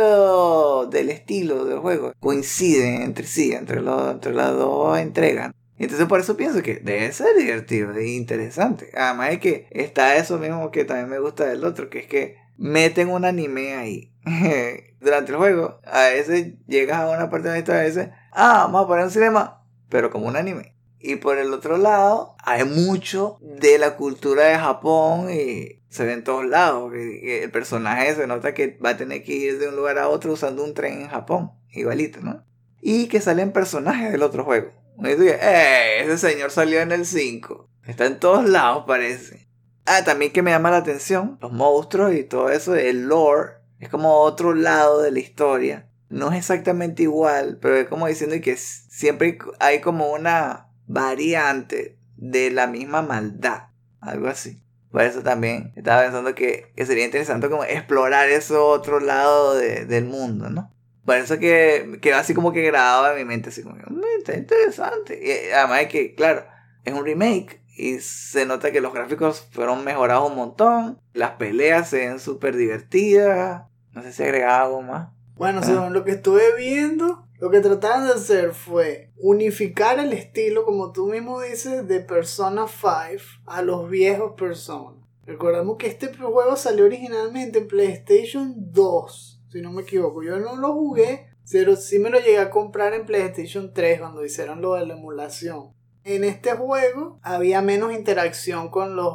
mucho del estilo del juego coinciden entre sí, entre, los, entre las dos entregas. Entonces por eso pienso que debe ser divertido e interesante. Además de que está eso mismo que también me gusta del otro, que es que meten un anime ahí. Durante el juego, a veces llegas a una parte de la historia y dices, ah, vamos a poner un cinema, pero como un anime. Y por el otro lado, hay mucho de la cultura de Japón y se ve en todos lados. El personaje se nota que va a tener que ir de un lugar a otro usando un tren en Japón, igualito, ¿no? Y que salen personajes del otro juego. Y dice, ¡eh! Ese señor salió en el cinco. Está en todos lados, parece. Ah, también que me llama la atención, los monstruos y todo eso, el lore, es como otro lado de la historia. No es exactamente igual, pero es como diciendo que siempre hay como una variante de la misma maldad, algo así. Por eso también estaba pensando que, que sería interesante como explorar ese otro lado de, del mundo, ¿no? Por eso que quedó así como que grabado en mi mente, así como, mmm, está interesante. Y además de que, claro, es un remake. Y se nota que los gráficos fueron mejorados un montón. Las peleas se ven súper divertidas. No sé si agregaba algo más. Bueno, ah. según lo que estuve viendo, lo que trataron de hacer fue unificar el estilo, como tú mismo dices, de Persona cinco a los viejos Persona. Recordemos que este juego salió originalmente en PlayStation dos, si no me equivoco. Yo no lo jugué, pero sí me lo llegué a comprar en PlayStation tres cuando hicieron lo de la emulación. En este juego había menos interacción con los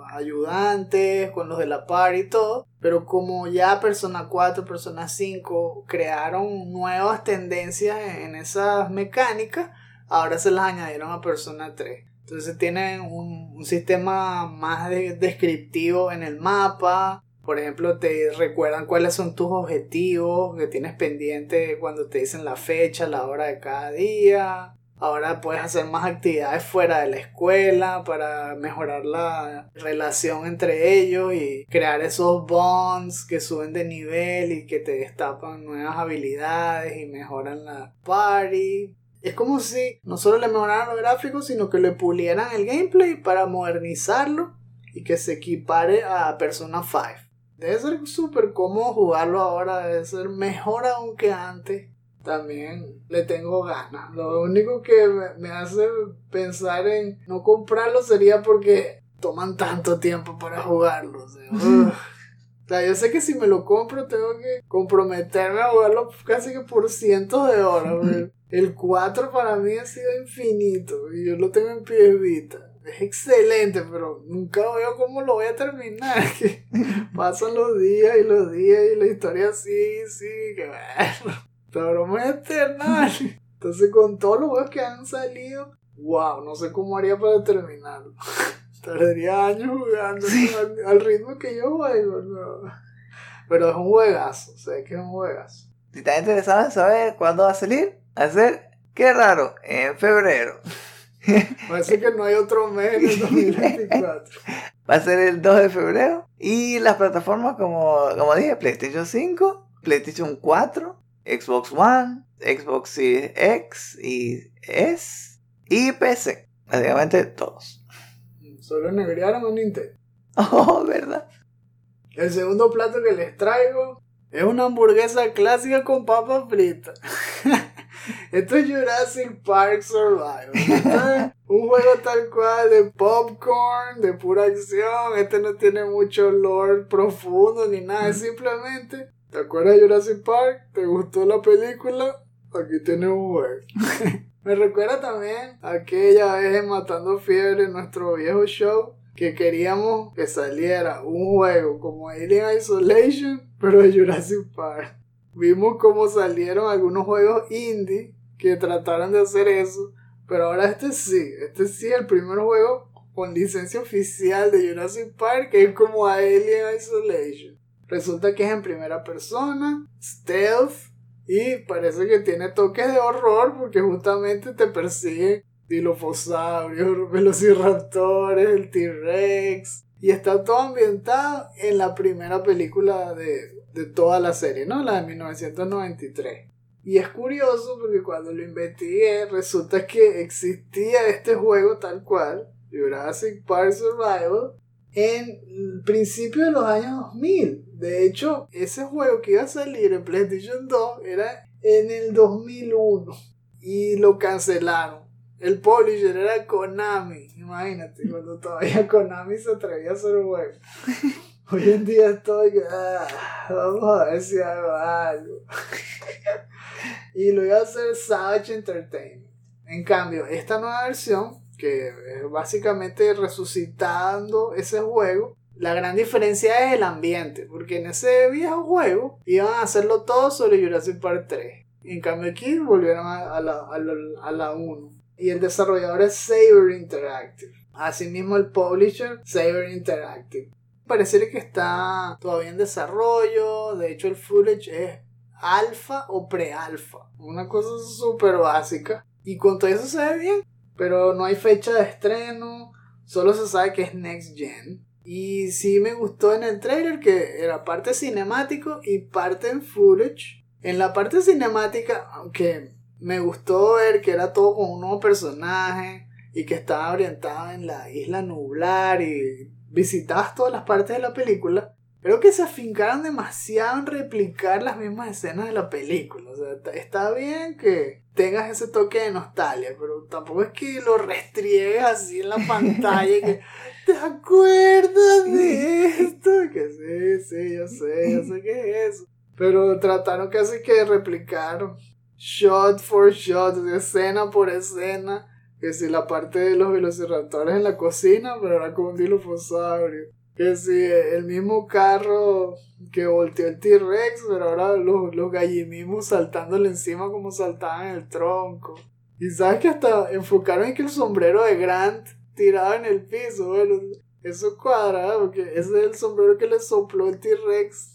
ayudantes, con los de la par y todo, pero como ya Persona cuatro, Persona cinco crearon nuevas tendencias en esas mecánicas, ahora se las añadieron a Persona tres. Entonces tienen un, un sistema más de, descriptivo en el mapa. Por ejemplo, te recuerdan cuáles son tus objetivos que tienes pendiente cuando te dicen la fecha, la hora de cada día. Ahora puedes hacer más actividades fuera de la escuela para mejorar la relación entre ellos y crear esos bonds que suben de nivel y que te destapan nuevas habilidades y mejoran la party. Es como si no solo le mejoraran los gráficos, sino que le pulieran el gameplay para modernizarlo y que se equipare a Persona cinco. Debe ser súper cómodo jugarlo ahora, debe ser mejor aún que antes. También le tengo ganas. Lo único que me, me hace pensar en no comprarlo sería porque toman tanto tiempo para jugarlo. O sea, o sea, yo sé que si me lo compro tengo que comprometerme a jugarlo casi que por cientos de horas. El cuatro para mí ha sido infinito y yo lo tengo en P S Vita. Es excelente, pero nunca veo cómo lo voy a terminar. Que pasan los días y los días y la historia sí, sí, que bueno. La broma es eterna. Entonces con todos los juegos que han salido, wow, no sé cómo haría para terminarlo. Tardaría años jugando, sí, al, al ritmo que yo juego, no. Pero es un juegazo, sé que es un juegazo. Si estás interesado en saber cuándo va a salir, a hacer, qué raro, en febrero. Parece que no hay otro mes en el dos mil veinticuatro. Va a ser el dos de febrero. Y las plataformas como, como dije, PlayStation cinco, PlayStation cuatro, Xbox One, Xbox Series X y S y P C. Básicamente todos. Solo negrearon a Nintendo. Oh, ¿verdad? El segundo plato que les traigo es una hamburguesa clásica con papas fritas. Esto es Jurassic Park Survival. Esto es un juego tal cual de popcorn, de pura acción. Este no tiene mucho lore profundo ni nada. Es simplemente, ¿te acuerdas de Jurassic Park? ¿Te gustó la película? Aquí tienes un juego. Me recuerda también a aquella vez en Matando Fiebre, nuestro viejo show, que queríamos que saliera un juego como Alien Isolation, pero de Jurassic Park. Vimos cómo salieron algunos juegos indie que trataron de hacer eso, pero ahora este sí, este sí es el primer juego con licencia oficial de Jurassic Park, que es como Alien Isolation. Resulta que es en primera persona, stealth, y parece que tiene toques de horror porque justamente te persiguen dilofosaurios, velociraptores, el T-Rex. Y está todo ambientado en la primera película de, de toda la serie, ¿no? La de mil novecientos noventa y tres. Y es curioso porque cuando lo investigué, resulta que existía este juego tal cual, Jurassic Park Survival, en el principio de los años dos mil. De hecho, ese juego que iba a salir en PlayStation dos era en el dos mil uno. Y lo cancelaron. El publisher era Konami. Imagínate, cuando todavía Konami se atrevía a hacer un juego. Hoy en día estoy... Ah, vamos a ver si hago algo. Y lo iba a hacer Savage Entertainment. En cambio, esta nueva versión, que es básicamente resucitando ese juego, la gran diferencia es el ambiente. Porque en ese viejo juego iban a hacerlo todo sobre Jurassic Park tres. En cambio aquí volvieron a, a la a la, a la uno. Y el desarrollador es Saber Interactive. Asimismo el publisher, Saber Interactive. Parece que está todavía en desarrollo. De hecho el footage es alfa o pre-alfa. Una cosa súper básica. Y con todo eso se ve bien. Pero no hay fecha de estreno. Solo se sabe que es Next Gen. Y sí me gustó en el trailer que era parte cinemático y parte en footage. En la parte cinemática, aunque me gustó ver que era todo con un nuevo personaje y que estaba orientado en la isla Nublar y visitabas todas las partes de la película, creo que se afincaron demasiado en replicar las mismas escenas de la película. O sea, está bien que tengas ese toque de nostalgia, pero tampoco es que lo restriegues así en la pantalla y que ¿te acuerdas de esto? Que sí, sí, yo sé, yo sé que es eso. Pero trataron casi que de replicar shot for shot, escena por escena, que si la parte de los velociraptores en la cocina, pero era como un dilofosaurio, que si el mismo carro que volteó el T-Rex, pero ahora los, los gallimismos saltándole encima como saltaban en el tronco. Y sabes que hasta enfocaron en que el sombrero de Grant tirado en el piso, bueno, eso cuadra, porque ese es el sombrero que le sopló el T-Rex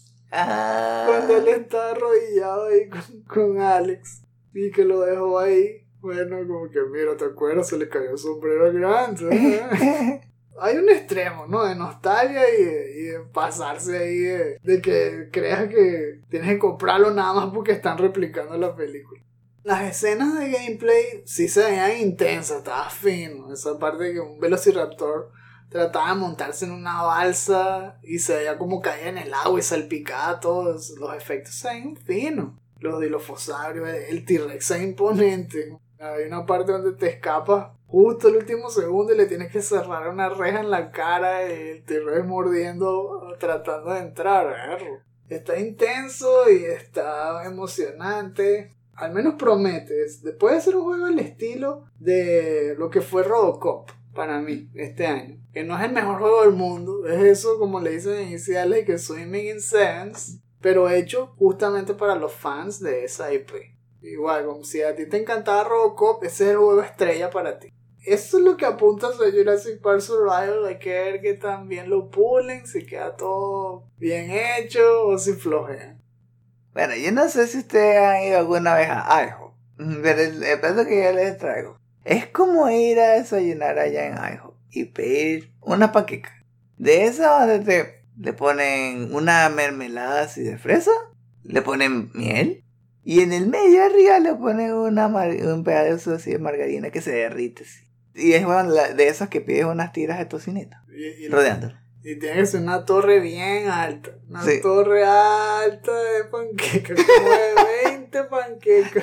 Ah. cuando él estaba arrodillado ahí con, con Alex y que lo dejó ahí. Bueno, como que mira, ¿te acuerdas? Se le cayó el sombrero grande, ¿eh? Hay un extremo, ¿no? De nostalgia y de, y de pasarse ahí de, de que creas que tienes que comprarlo nada más porque están replicando la película. Las escenas de gameplay sí se veían intensas, estaba fino. Esa parte de que un velociraptor trataba de montarse en una balsa y se veía como caía en el agua y salpicaba todos los efectos. Se veían finos. Los dilofosaurios, el T-Rex es imponente. Hay una parte donde te escapas justo el último segundo y le tienes que cerrar una reja en la cara y el T-Rex mordiendo, tratando de entrar. ¿Ver? Está intenso y está emocionante. Al menos promete. Puede ser un juego del estilo de lo que fue Robocop para mí este año. Que no es el mejor juego del mundo. Es eso, como le dicen iniciales, que Swimming in Sevens. Pero hecho justamente para los fans de esa I P. Igual, como si a ti te encantaba Robocop, ese es el juego estrella para ti. Eso es lo que apunta a Jurassic Park Survival. Hay que ver que también lo pulen, si queda todo bien hecho o si flojean. Bueno, yo no sé si ustedes han ido alguna vez a IHOP, pero el, el plato que yo les traigo es como ir a desayunar allá en IHOP y pedir una panqueca. De esa donde te le ponen una mermelada así de fresa, le ponen miel y en el medio arriba le ponen una mar- un pedazo así de margarina que se derrite así. Y es bueno, la, de esas que pides unas tiras de tocineta Y, y, rodeándolo. y tiene que ser una torre bien alta. Una Sí. torre alta de panquecas, como de veinte panquecas.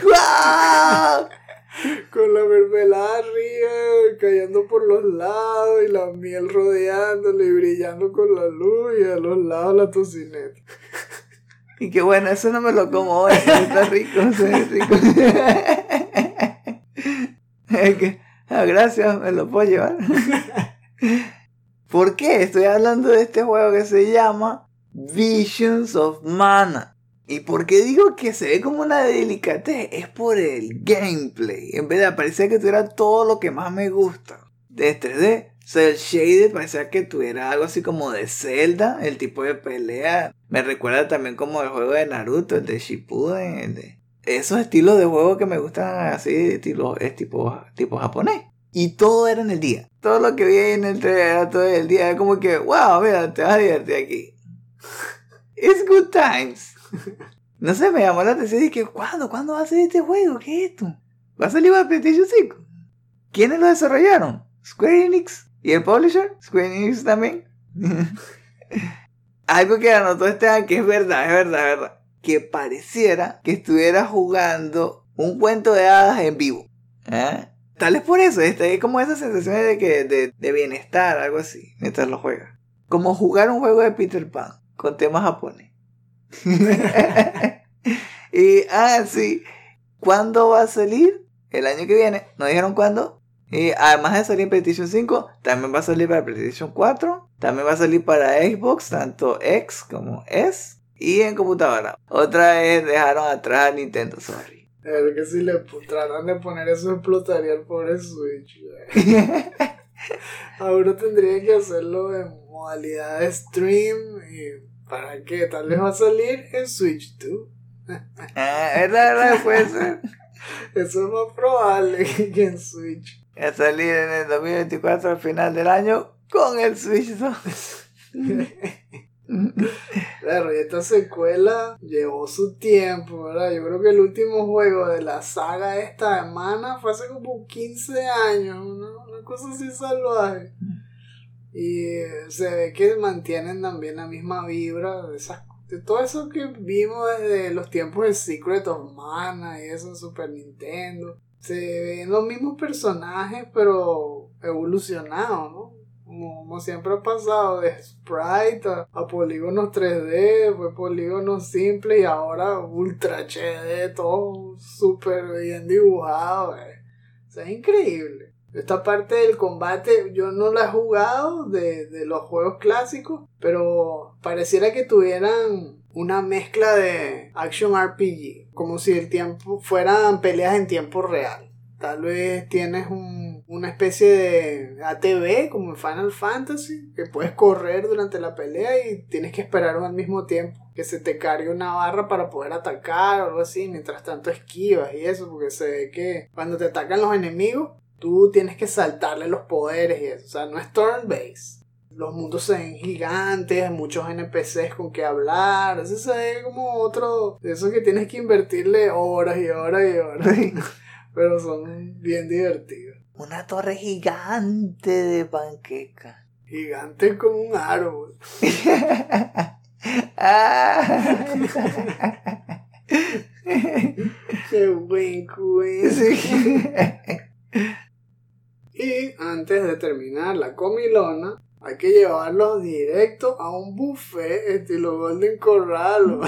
¡Guau! Con la mermelada arriba, cayendo por los lados y la miel rodeándole y brillando con la luz y a los lados la tocineta. Y que bueno, eso no me lo como hoy, está rico, se ve rico. Es que, ah, gracias, me lo puedo llevar. ¿Por qué? Estoy hablando de este juego que se llama Visions of Mana. ¿Y por qué digo que se ve como una delicatez? Es por el gameplay. En vez de parecer que tuviera todo lo que más me gusta de tres D, cel shaded, parecía que tuviera algo así como de Zelda. El tipo de pelea me recuerda también como el juego de Naruto, el de Shippuden, el de... esos estilos de juego que me gustan así, estilo, es tipo, tipo japonés. Y todo era en el día. Todo lo que vi ahí en el trailer era todo el día. Era como que, wow, mira, te vas a divertir aquí. It's good times. No sé, me llamó la atención y dije, ¿cuándo? ¿Cuándo va a salir este juego? ¿Qué es esto? ¿Va a salir para PlayStation cinco? ¿Quiénes lo desarrollaron? ¿Square Enix? ¿Y el publisher? ¿Square Enix también? Algo que anotó Esteban, que es verdad, es verdad, es verdad. Que pareciera que estuviera jugando un cuento de hadas en vivo. ¿Eh? Tal vez por eso, este, es como esa sensación de, que, de, de bienestar, algo así, mientras lo juegas. Como jugar un juego de Peter Pan, con temas japonés. Y, ah, sí, ¿cuándo va a salir? El año que viene, ¿no dijeron cuándo? Y además de salir en PlayStation cinco, también va a salir para PlayStation cuatro, también va a salir para Xbox, tanto X como S, y en computadora. Otra vez dejaron atrás a Nintendo, sorry. A ver, que si le tratan de poner eso explotaría el pobre Switch. Ahora tendría que hacerlo en modalidad de stream. ¿Y para qué? Tal vez va a salir en Switch dos. Ah, es verdad, puede ser. Eso es más probable que en Switch. Va a salir en el dos mil veinticuatro al final del año con el Switch dos. Claro, y esta secuela llevó su tiempo, ¿verdad? Yo creo que el último juego de la saga esta de Mana fue hace como quince años, ¿no? Una cosa así salvaje. Y se ve que mantienen también la misma vibra de, esas, de todo eso que vimos desde los tiempos de Secret of Mana y eso en Super Nintendo. Se ven los mismos personajes pero evolucionados, ¿no? Como, como siempre ha pasado, de sprite a, a polígonos tres D, después polígonos simples y ahora ultra H D, todo súper bien dibujado. Eh. O sea, es increíble. Esta parte del combate yo no la he jugado de, de los juegos clásicos, pero pareciera que tuvieran una mezcla de action R P G, como si el tiempo fueran peleas en tiempo real. Tal vez tienes un, una especie de A T V como en Final Fantasy, que puedes correr durante la pelea y tienes que esperar al mismo tiempo que se te cargue una barra para poder atacar o algo así. Mientras tanto esquivas y eso, porque se ve que cuando te atacan los enemigos tú tienes que saltarle los poderes y eso. O sea, no es turn-based. Los mundos se ven gigantes, muchos N P Cs con que hablar. Eso se ve como otro de esos que tienes que invertirle horas y horas y horas. Pero son bien divertidos. Una torre gigante de panqueca. Gigante como un árbol. Ah. Qué wink wink. Sí. Y antes de terminar la comilona, hay que llevarlos directo a un buffet estilo Golden Corral.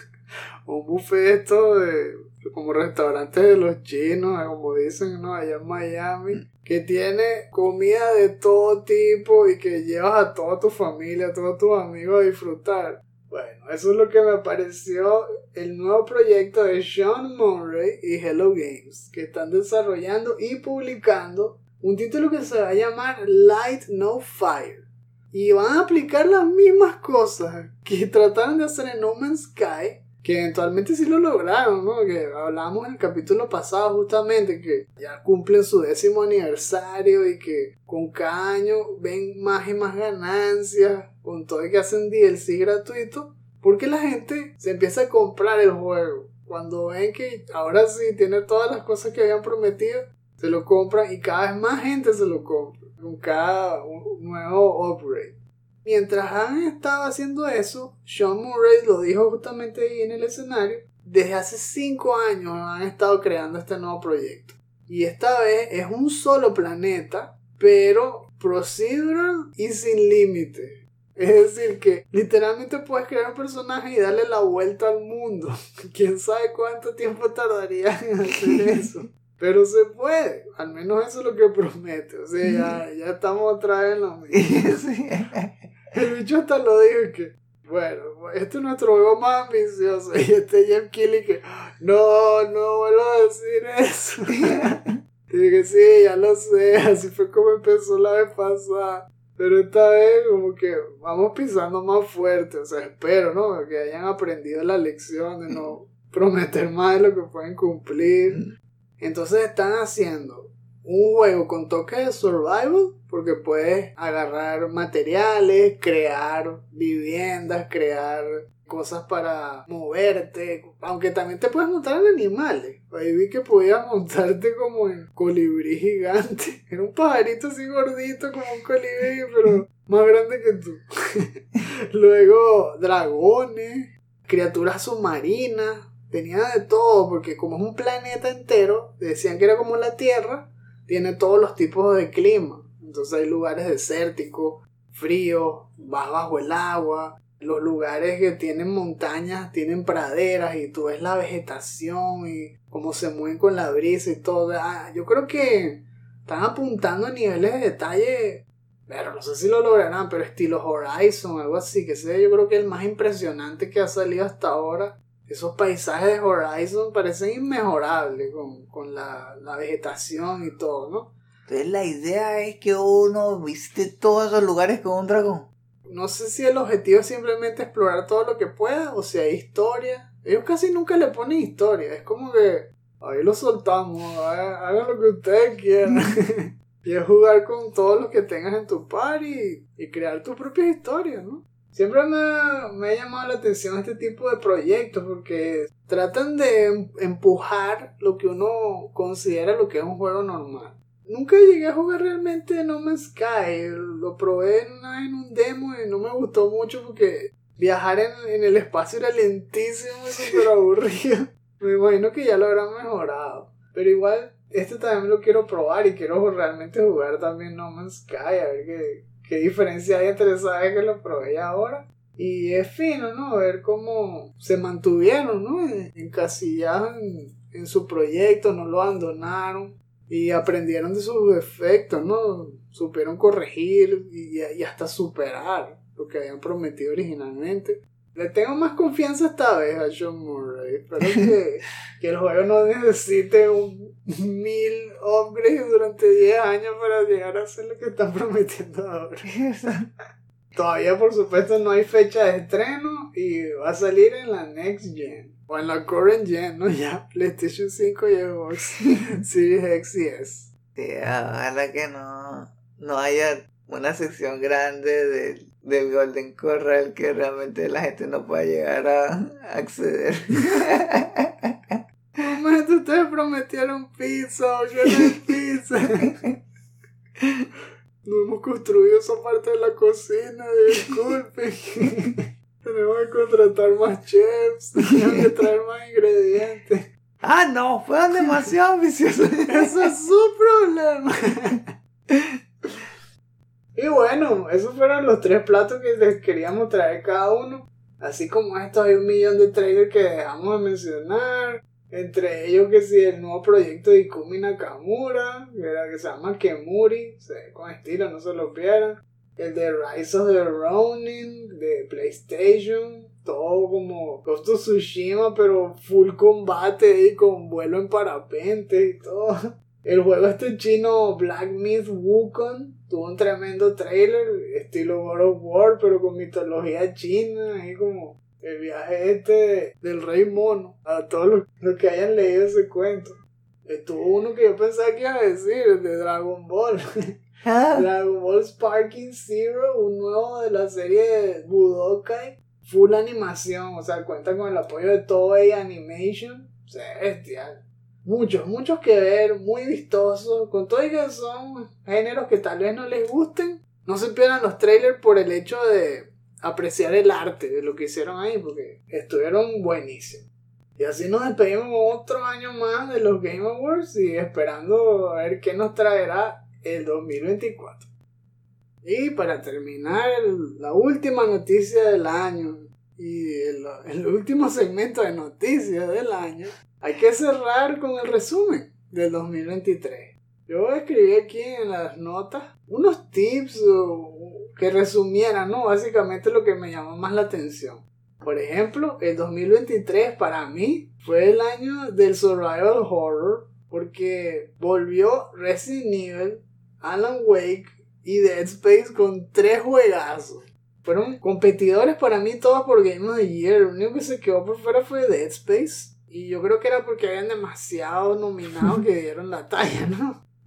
Un buffet esto de... como restaurantes de los chinos, como dicen, ¿no? Allá en Miami, que tiene comida de todo tipo y que llevas a toda tu familia, a todos tus amigos a disfrutar. Bueno, eso es lo que me pareció el nuevo proyecto de Sean Murray y Hello Games, que están desarrollando y publicando un título que se va a llamar Light No Fire. Y van a aplicar las mismas cosas que trataron de hacer en No Man's Sky, que eventualmente sí lo lograron, ¿no? Que hablamos en el capítulo pasado justamente, que ya cumplen su décimo aniversario y que con cada año ven más y más ganancias, con todo y que hacen D L C gratuito, porque la gente se empieza a comprar el juego. Cuando ven que ahora sí tiene todas las cosas que habían prometido, se lo compran y cada vez más gente se lo compra, con cada nuevo upgrade. Mientras han estado haciendo eso, Sean Murray lo dijo justamente ahí en el escenario, desde hace cinco años han estado creando este nuevo proyecto. Y esta vez es un solo planeta, pero procedural y sin límite. Es decir, que literalmente puedes crear un personaje y darle la vuelta al mundo. Quién sabe cuánto tiempo tardaría en hacer eso. Pero se puede, al menos eso es lo que promete. O sea, ya, ya estamos otra vez en lo mismo. Sí. El bicho hasta lo dijo que, bueno, este es nuestro juego más ambicioso. Y este Jeff Keighley que, no, no vuelvo a decir eso. Y dije, sí, ya lo sé, así fue como empezó la vez pasada. Pero esta vez como que vamos pisando más fuerte. O sea, espero, ¿no? Que hayan aprendido la lección de no prometer más de lo que pueden cumplir. Entonces están haciendo un juego con toques de survival, porque puedes agarrar materiales, crear viviendas, crear cosas para moverte, aunque también te puedes montar en animales. Ahí vi que podías montarte como en colibrí gigante. Era un pajarito así gordito como un colibrí, pero más grande que tú. Luego dragones, criaturas submarinas, tenía de todo, porque como es un planeta entero, decían que era como la Tierra, tiene todos los tipos de clima. Entonces hay lugares desérticos, fríos, vas bajo el agua. Los lugares que tienen montañas tienen praderas y tú ves la vegetación y cómo se mueven con la brisa y todo. Ah, yo creo que están apuntando a niveles de detalle, pero no sé si lo lograrán, pero estilo Horizon, algo así, que sé, yo creo que es el más impresionante que ha salido hasta ahora. Esos paisajes de Horizon parecen inmejorables con, con la, la vegetación y todo, ¿no? Entonces la idea es que uno visite todos esos lugares con un dragón. No sé si el objetivo es simplemente explorar todo lo que pueda o si hay historia. Ellos casi nunca le ponen historia. Es como que ahí lo soltamos, hagan lo que ustedes quieran. Y es jugar con todos los que tengas en tu party y, y crear tus propias historias, ¿no? Siempre me ha, me ha llamado la atención este tipo de proyectos porque tratan de empujar lo que uno considera lo que es un juego normal. Nunca llegué a jugar realmente No Man's Sky. Lo probé una vez en un demo y no me gustó mucho porque viajar en, en el espacio era lentísimo y súper aburrido. Me imagino que ya lo habrán mejorado. Pero igual, este también lo quiero probar y quiero realmente jugar también No Man's Sky. A ver qué, qué diferencia hay entre esa vez que lo probé y ahora. Y es fino, ¿no? Ver cómo se mantuvieron, ¿no? Encasillados en, en su proyecto, no lo abandonaron. Y aprendieron de sus defectos, ¿no? Supieron corregir y, y hasta superar lo que habían prometido originalmente. Le tengo más confianza esta vez a Sean Murray. Espero que, que el juego no necesite un mil upgrades durante diez años para llegar a hacer lo que están prometiendo ahora. Todavía, por supuesto, no hay fecha de estreno y va a salir en la Next Gen. O en la Current Gen, ¿no? Ya PlayStation cinco y Xbox Series X y S. Sí, ojalá que no, no haya una sección grande de, de Golden Corral que realmente la gente no pueda llegar a acceder. Momento, ustedes prometieron pizza, yo no hay pizza. No hemos construido esa parte de la cocina, disculpen. Tenemos que contratar más chefs, tenemos que traer más ingredientes. Ah, no, fueron demasiado ambiciosos. Ese es su problema. Y bueno, esos fueron los tres platos que les queríamos traer cada uno. Así como estos, hay un millón de trailers que dejamos de mencionar. Entre ellos que sí, el nuevo proyecto de Ikumi Nakamura, que, era, que se llama Kemuri, se ve con estilo, no se lo pierdan. El de Rise of the Ronin de PlayStation, todo como Ghost of Tsushima, pero full combate y con vuelo en parapente y todo. El juego este chino Black Myth Wukong tuvo un tremendo trailer, estilo God of War, pero con mitología china, y como el viaje este del Rey Mono, a todos los, los que hayan leído ese cuento. Estuvo uno que yo pensaba que iba a decir, el de Dragon Ball. Dragon Ball Sparking Zero, un nuevo de la serie de Budokai, full animación, o sea, cuenta con el apoyo de Toei Animation, o sea, bestial. Muchos, muchos que ver, muy vistosos, con todo y que son géneros que tal vez no les gusten. No se pierdan los trailers por el hecho de apreciar el arte de lo que hicieron ahí, porque estuvieron buenísimos. Y así nos despedimos otro año más de los Game Awards y esperando a ver qué nos traerá el dos mil veinticuatro. Y para terminar, el, la última noticia del año y el, el último segmento de noticias del año, hay que cerrar con el resumen del dos mil veintitrés. Yo escribí aquí en las notas unos tips que resumieran, ¿no? Básicamente lo que me llamó más la atención. Por ejemplo, el dos mil veintitrés para mí fue el año del survival horror, porque volvió Resident Evil, Alan Wake y Dead Space con tres juegazos. Fueron competidores para mí todos por Game of the Year. Lo único que se quedó por fuera fue Dead Space. Y yo creo que era porque habían demasiados nominados que dieron la talla, ¿no?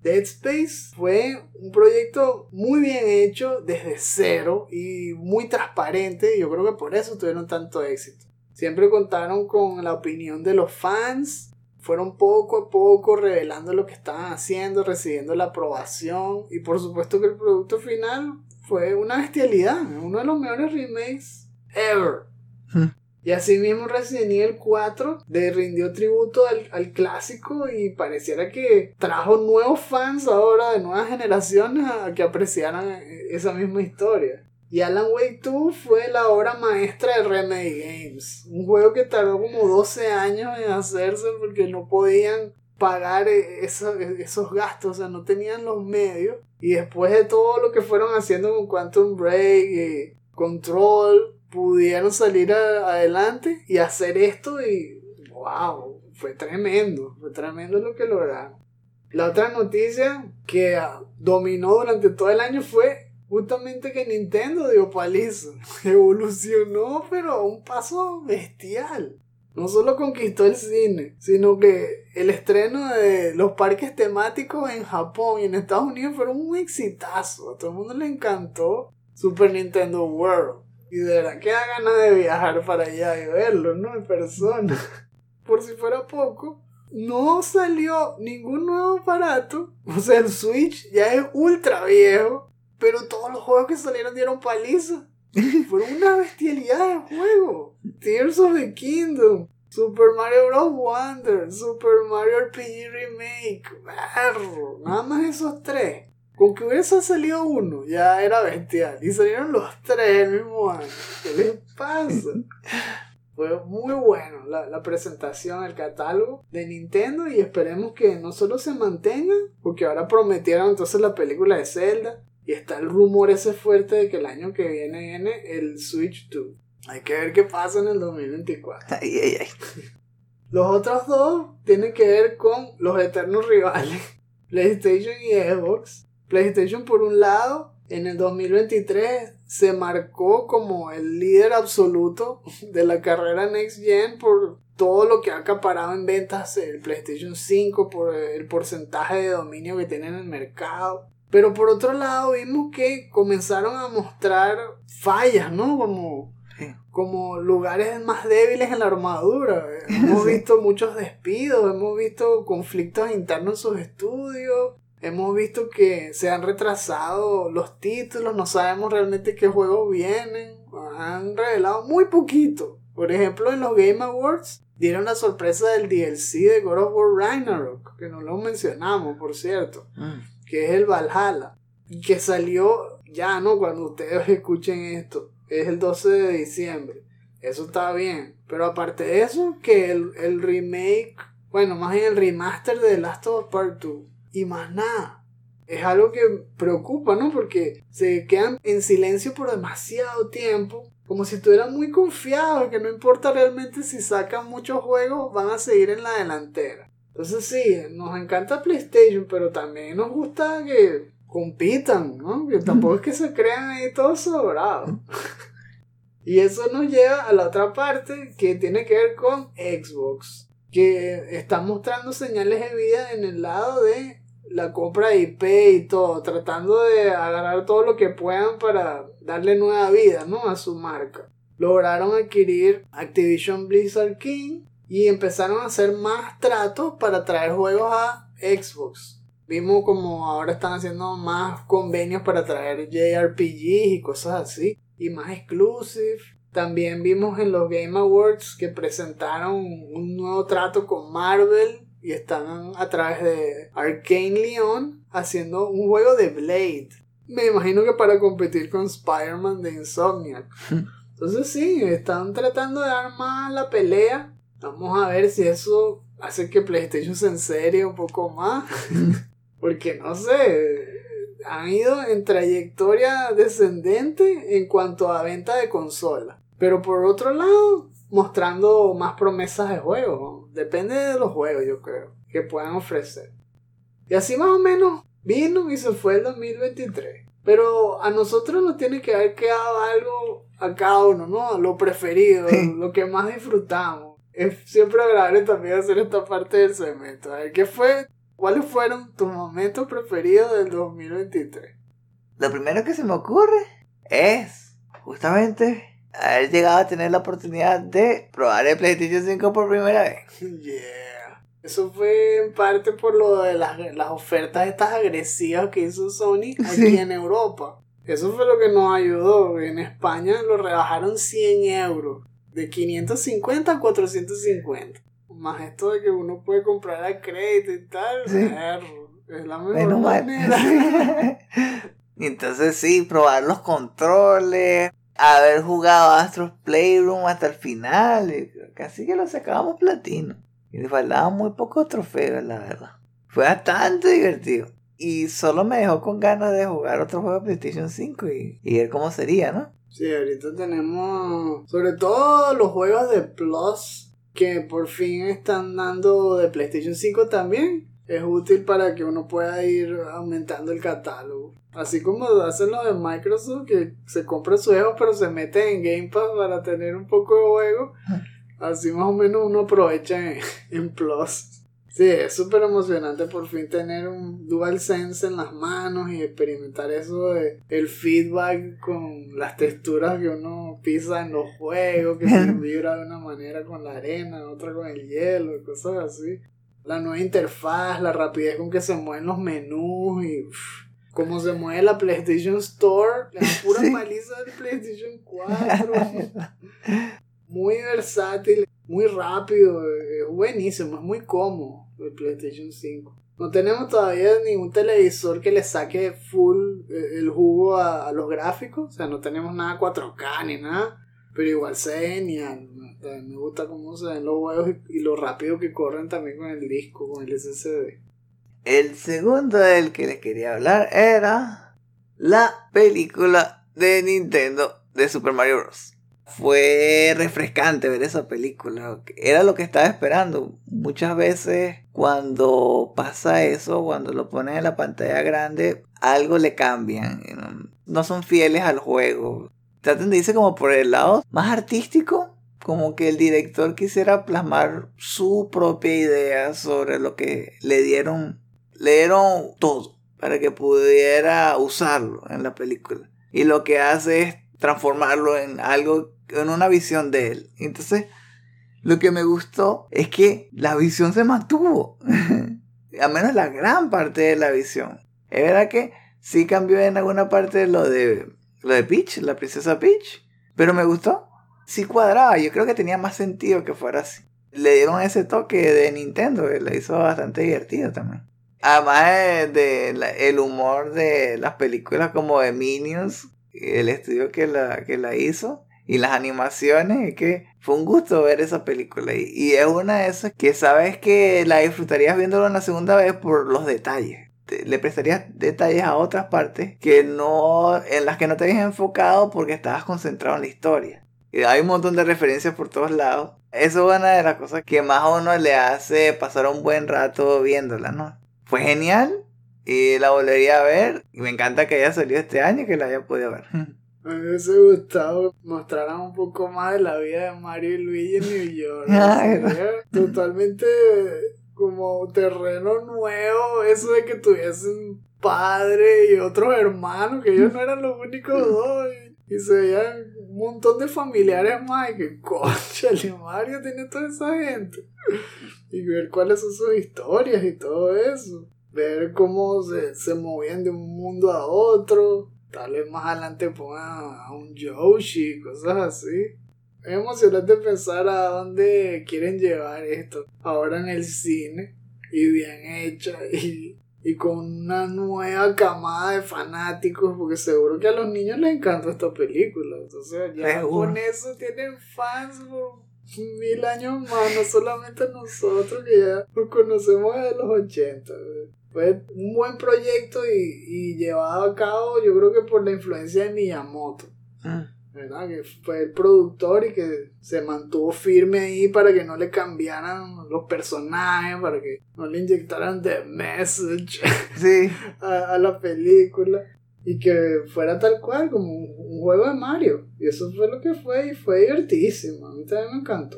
Dead Space fue un proyecto muy bien hecho desde cero y muy transparente. Yo creo que por eso tuvieron tanto éxito. Siempre contaron con la opinión de los fans. Fueron poco a poco revelando lo que estaban haciendo, recibiendo la aprobación. Y por supuesto que el producto final fue una bestialidad. Uno de los mejores remakes ever. Hmm. Y así mismo Resident Evil cuatro le rindió tributo al, al clásico y pareciera que trajo nuevos fans ahora de nuevas generaciones a, a que apreciaran esa misma historia. Y Alan Wake dos fue la obra maestra de Remedy Games. Un juego que tardó como doce años en hacerse porque no podían pagar eso, esos gastos, o sea, no tenían los medios. Y después de todo lo que fueron haciendo con Quantum Break y Control, pudieron salir a, adelante y hacer esto y wow, fue tremendo, fue tremendo lo que lograron. La otra noticia que dominó durante todo el año fue justamente que Nintendo dio paliza, evolucionó pero a un paso bestial. No solo conquistó el cine, sino que el estreno de los parques temáticos en Japón y en Estados Unidos fueron un exitazo, a todo el mundo le encantó Super Nintendo World. Y de verdad que da ganas de viajar para allá y verlo, ¿no? En persona. Por si fuera poco, no salió ningún nuevo aparato. O sea, el Switch ya es ultra viejo, pero todos los juegos que salieron dieron paliza. Fueron una bestialidad de juego. Tears of the Kingdom, Super Mario Bros. Wonder, Super Mario R P G Remake. Barro, nada más esos tres. Con que hubiese salido uno, ya era bestial. Y salieron los tres el mismo año. ¿Qué les pasa? Fue muy bueno la, la presentación, el catálogo de Nintendo. Y esperemos que no solo se mantenga, porque ahora prometieron entonces la película de Zelda. Y está el rumor ese fuerte de que el año que viene viene el Switch dos. Hay que ver qué pasa en el dos mil veinticuatro. Ay, ay, ay. Los otros dos tienen que ver con los eternos rivales, PlayStation y Xbox. PlayStation, por un lado, en el dos mil veintitrés se marcó como el líder absoluto de la carrera Next Gen por todo lo que ha acaparado en ventas el PlayStation cinco, por el porcentaje de dominio que tiene en el mercado. Pero por otro lado vimos que comenzaron a mostrar fallas, ¿no? Como, como lugares más débiles en la armadura. Hemos visto muchos despidos, hemos visto conflictos internos en sus estudios. Hemos visto que se han retrasado los títulos, no sabemos realmente qué juegos vienen, han revelado muy poquito. Por ejemplo, en los Game Awards dieron la sorpresa del D L C de God of War Ragnarok, que no lo mencionamos, por cierto, mm. que es el Valhalla, y que salió ya, ¿no? Cuando ustedes escuchen esto, es el doce de diciembre. Eso está bien, pero aparte de eso, que el, el remake, bueno, más bien el remaster de The Last of Us Part dos, y más nada. Es algo que preocupa, ¿no? Porque se quedan en silencio por demasiado tiempo, como si estuvieran muy confiados, que no importa realmente si sacan muchos juegos, van a seguir en la delantera. Entonces sí, nos encanta PlayStation, pero también nos gusta que compitan, ¿no? Que tampoco es que se crean ahí todos sobrados. Y eso nos lleva a la otra parte que tiene que ver con Xbox, que está mostrando señales de vida en el lado de la compra de I P y todo, tratando de agarrar todo lo que puedan para darle nueva vida, ¿no? A su marca. Lograron adquirir Activision Blizzard King y empezaron a hacer más tratos para traer juegos a Xbox. Vimos como ahora están haciendo más convenios para traer J R P Gs y cosas así, y más exclusive. También vimos en los Game Awards que presentaron un nuevo trato con Marvel y están a través de Arcane Leon haciendo un juego de Blade. Me imagino que para competir con Spider-Man de Insomniac. Entonces sí, están tratando de dar más la pelea. Vamos a ver si eso hace que PlayStation se enserie un poco más. Porque no sé, han ido en trayectoria descendente en cuanto a venta de consolas. Pero por otro lado, mostrando más promesas de juegos, ¿no? Depende de los juegos, yo creo, que puedan ofrecer. Y así más o menos vino y se fue el dos mil veintitrés. Pero a nosotros nos tiene que haber quedado algo a cada uno, ¿no? Lo preferido, lo que más disfrutamos. Es siempre agradable también hacer esta parte del segmento. A ver, ¿qué fue ¿Cuáles fueron tus momentos preferidos del dos mil veintitrés? Lo primero que se me ocurre es justamente haber llegado a tener la oportunidad de probar el PlayStation cinco por primera vez. Yeah. Eso fue en parte por lo de las, las ofertas estas agresivas que hizo Sony aquí Sí. en Europa. Eso fue lo que nos ayudó. En España lo rebajaron cien euros. De quinientos cincuenta a cuatrocientos cincuenta. Más esto de que uno puede comprar a crédito y tal. Sí. Perro, es la mejor Menos mal. manera. Entonces sí, probar los controles, haber jugado Astro's Playroom hasta el final, y casi que lo sacábamos platino. Y le faltaban muy pocos trofeos, la verdad. Fue bastante divertido. Y solo me dejó con ganas de jugar otro juego de PlayStation cinco y, y ver cómo sería, ¿no? Sí, ahorita tenemos sobre todo los juegos de Plus que por fin están dando de PlayStation cinco también. Es útil para que uno pueda ir aumentando el catálogo. Así como hacen los de Microsoft, que se compra sus juegos pero se mete en Game Pass para tener un poco de juego. Así más o menos uno aprovecha en, en Plus. Sí, es súper emocionante por fin tener un DualSense en las manos y experimentar eso de el feedback con las texturas que uno pisa en los juegos, que se vibra de una manera con la arena, otra con el hielo, cosas así. La nueva interfaz, la rapidez con que se mueven los menús y uff, cómo se mueve la PlayStation Store, la pura Sí. paliza del PlayStation cuatro. Muy versátil, muy rápido, es buenísimo, es muy cómodo el PlayStation cinco. No tenemos todavía ningún televisor que le saque full el jugo a, a los gráficos, o sea, no tenemos nada cuatro K ni nada, pero igual se ve genial. Me gusta cómo se ven los juegos y, y lo rápido que corren también con el disco, con el S S D. El segundo del que les quería hablar era la película de Nintendo de Super Mario Bros. Fue refrescante ver esa película. Era lo que estaba esperando. Muchas veces cuando pasa eso, cuando lo ponen en la pantalla grande, algo le cambian. No, no son fieles al juego. Tratan de irse como por el lado más artístico, como que el director quisiera plasmar su propia idea sobre lo que le dieron. Le dieron todo para que pudiera usarlo en la película. Y lo que hace es transformarlo en algo, en una visión de él. Entonces, lo que me gustó es que la visión se mantuvo. Al menos la gran parte de la visión. Es verdad que sí cambió en alguna parte lo de, lo de Peach, la princesa Peach. Pero me gustó. Sí cuadraba. Yo creo que tenía más sentido que fuera así. Le dieron ese toque de Nintendo que la hizo bastante divertido también. Además de, de la, el humor de las películas como de Minions, el estudio que la, que la hizo, y las animaciones, es que fue un gusto ver esa película. Y, y es una de esas que sabes que la disfrutarías viéndolo una segunda vez por los detalles. Te, le prestarías detalles a otras partes que no, en las que no te habías enfocado porque estabas concentrado en la historia. Y hay un montón de referencias por todos lados. Eso es una de las cosas que más a uno le hace pasar un buen rato viéndola, ¿no? Fue genial y la volvería a ver. Y me encanta que haya salido este año y que la haya podido ver. A mí me hubiese gustado que mostraran un poco más de la vida de Mario y Luigi en New York. Ay, Sería totalmente como terreno nuevo, eso de que tuviesen padre y otros hermanos, que ellos no eran los únicos dos. Y, y se veían un montón de familiares más. Y que, conchale, Mario tiene toda esa gente. Y ver cuáles son sus historias y todo eso. Ver cómo se, se movían de un mundo a otro. Tal vez más adelante pongan a un Yoshi, cosas así. Es emocionante pensar a dónde quieren llevar esto. Ahora en el cine. Y bien hecha. Y, y con una nueva camada de fanáticos. Porque seguro que a los niños les encanta esta película. Entonces ya Seguro. con eso tienen fans por mil años más. No solamente nosotros que ya nos conocemos desde los ochenta. Fue un buen proyecto y, y llevado a cabo, yo creo que por la influencia de Miyamoto, ¿verdad? Que fue el productor y que se mantuvo firme ahí para que no le cambiaran los personajes, para que no le inyectaran the message Sí. a, a la película y que fuera tal cual como un, un juego de Mario. Y eso fue lo que fue y fue divertísimo. A mí también me encantó.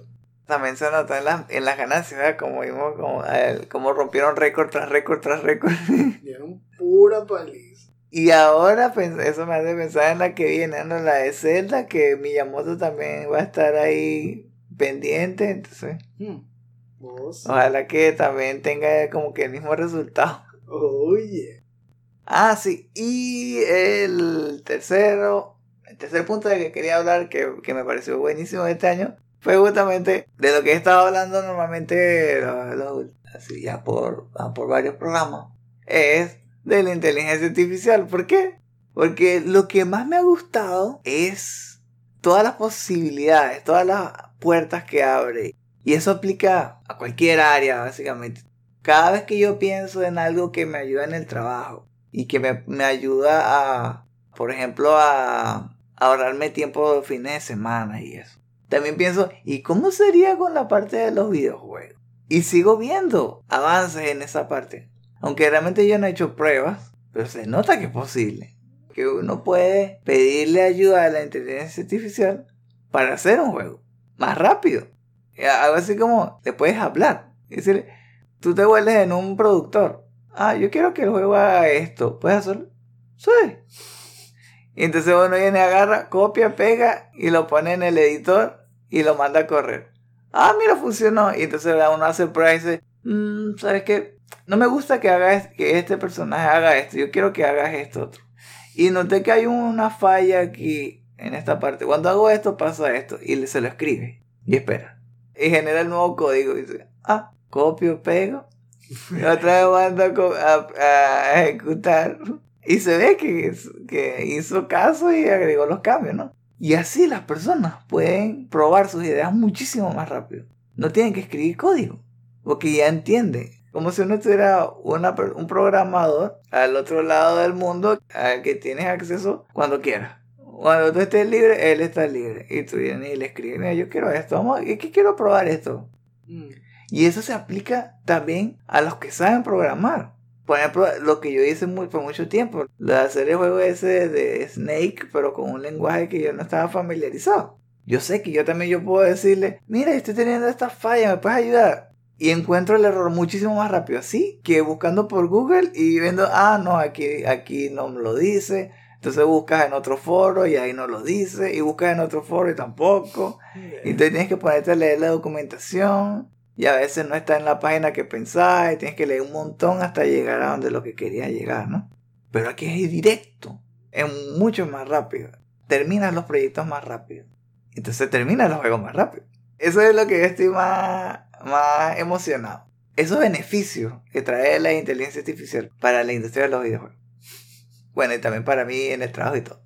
también se notó en, la, en las ganancias, ¿verdad? Como vimos, como, eh, como rompieron récord tras récord tras récord. Dieron pura paliza. Y ahora pens- eso me hace pensar en la que viene, ¿no? La de Zelda, que Miyamoto también va a estar ahí pendiente, entonces Hmm. ¿Vos? ojalá que también tenga como que el mismo resultado. Oye. Ah, sí, y el tercero, el tercer punto del que quería hablar, que, que me pareció buenísimo este año, fue justamente de lo que he estado hablando normalmente, lo- lo- así ya por, ah, por varios programas, es de la inteligencia artificial. ¿Por qué? Porque lo que más me ha gustado es todas las posibilidades, todas las puertas que abre. Y eso aplica a cualquier área, básicamente. Cada vez que yo pienso en algo que me ayuda en el trabajo y que me, me ayuda a, por ejemplo, a ahorrarme tiempo de fines de semana y eso. También pienso, ¿y cómo sería con la parte de los videojuegos? Y sigo viendo avances en esa parte. Aunque realmente yo no he hecho pruebas, pero se nota que es posible. Que uno puede pedirle ayuda a la inteligencia artificial para hacer un juego más rápido. Algo así como le puedes hablar y decirle, tú te vuelves en un productor. Ah, yo quiero que el juego haga esto. ¿Puedes hacerlo? Sí. Y entonces uno viene, agarra, copia, pega y lo pone en el editor y lo manda a correr. Ah, mira, funcionó. Y entonces uno hace prueba y dice, mmm, ¿sabes qué? No me gusta que, haga, que este personaje haga esto. Yo quiero que hagas esto otro. Y noté que hay una falla aquí en esta parte. Cuando hago esto pasa esto. Y se lo escribe. Y espera. Y genera el nuevo código. Y dice, ah, copio, pego. Y otra vez mando a, a, a ejecutar. Y se ve que, que hizo caso y agregó los cambios, ¿no? Y así las personas pueden probar sus ideas muchísimo más rápido. No tienen que escribir código. Porque ya entienden. Como si uno tuviera una, un programador al otro lado del mundo al que tienes acceso cuando quieras. Cuando tú estés libre, él está libre. Y tú vienes y le escribes, mira, yo quiero esto, vamos, es que quiero probar esto. Mm. Y eso se aplica también a los que saben programar. Por ejemplo, lo que yo hice muy, por mucho tiempo, de hacer el juego ese de Snake, pero con un lenguaje que yo no estaba familiarizado. Yo sé que yo también yo puedo decirle, mira, estoy teniendo esta falla, ¿me puedes ayudar? Y encuentro el error muchísimo más rápido, así que buscando por Google y viendo, ah, no, aquí, aquí no me lo dice. Entonces buscas en otro foro y ahí no lo dice. Y buscas en otro foro y tampoco. Y entonces tienes que ponerte a leer la documentación. Y a veces no está en la página que pensabas. Y tienes que leer un montón hasta llegar a donde lo que querías llegar, ¿no? Pero aquí es directo. Es mucho más rápido. Terminas los proyectos más rápido. Entonces terminas los juegos más rápido. Eso es lo que yo estoy más... más emocionado. Esos beneficios que trae la inteligencia artificial para la industria de los videojuegos. Bueno, y también para mí en el trabajo y todo.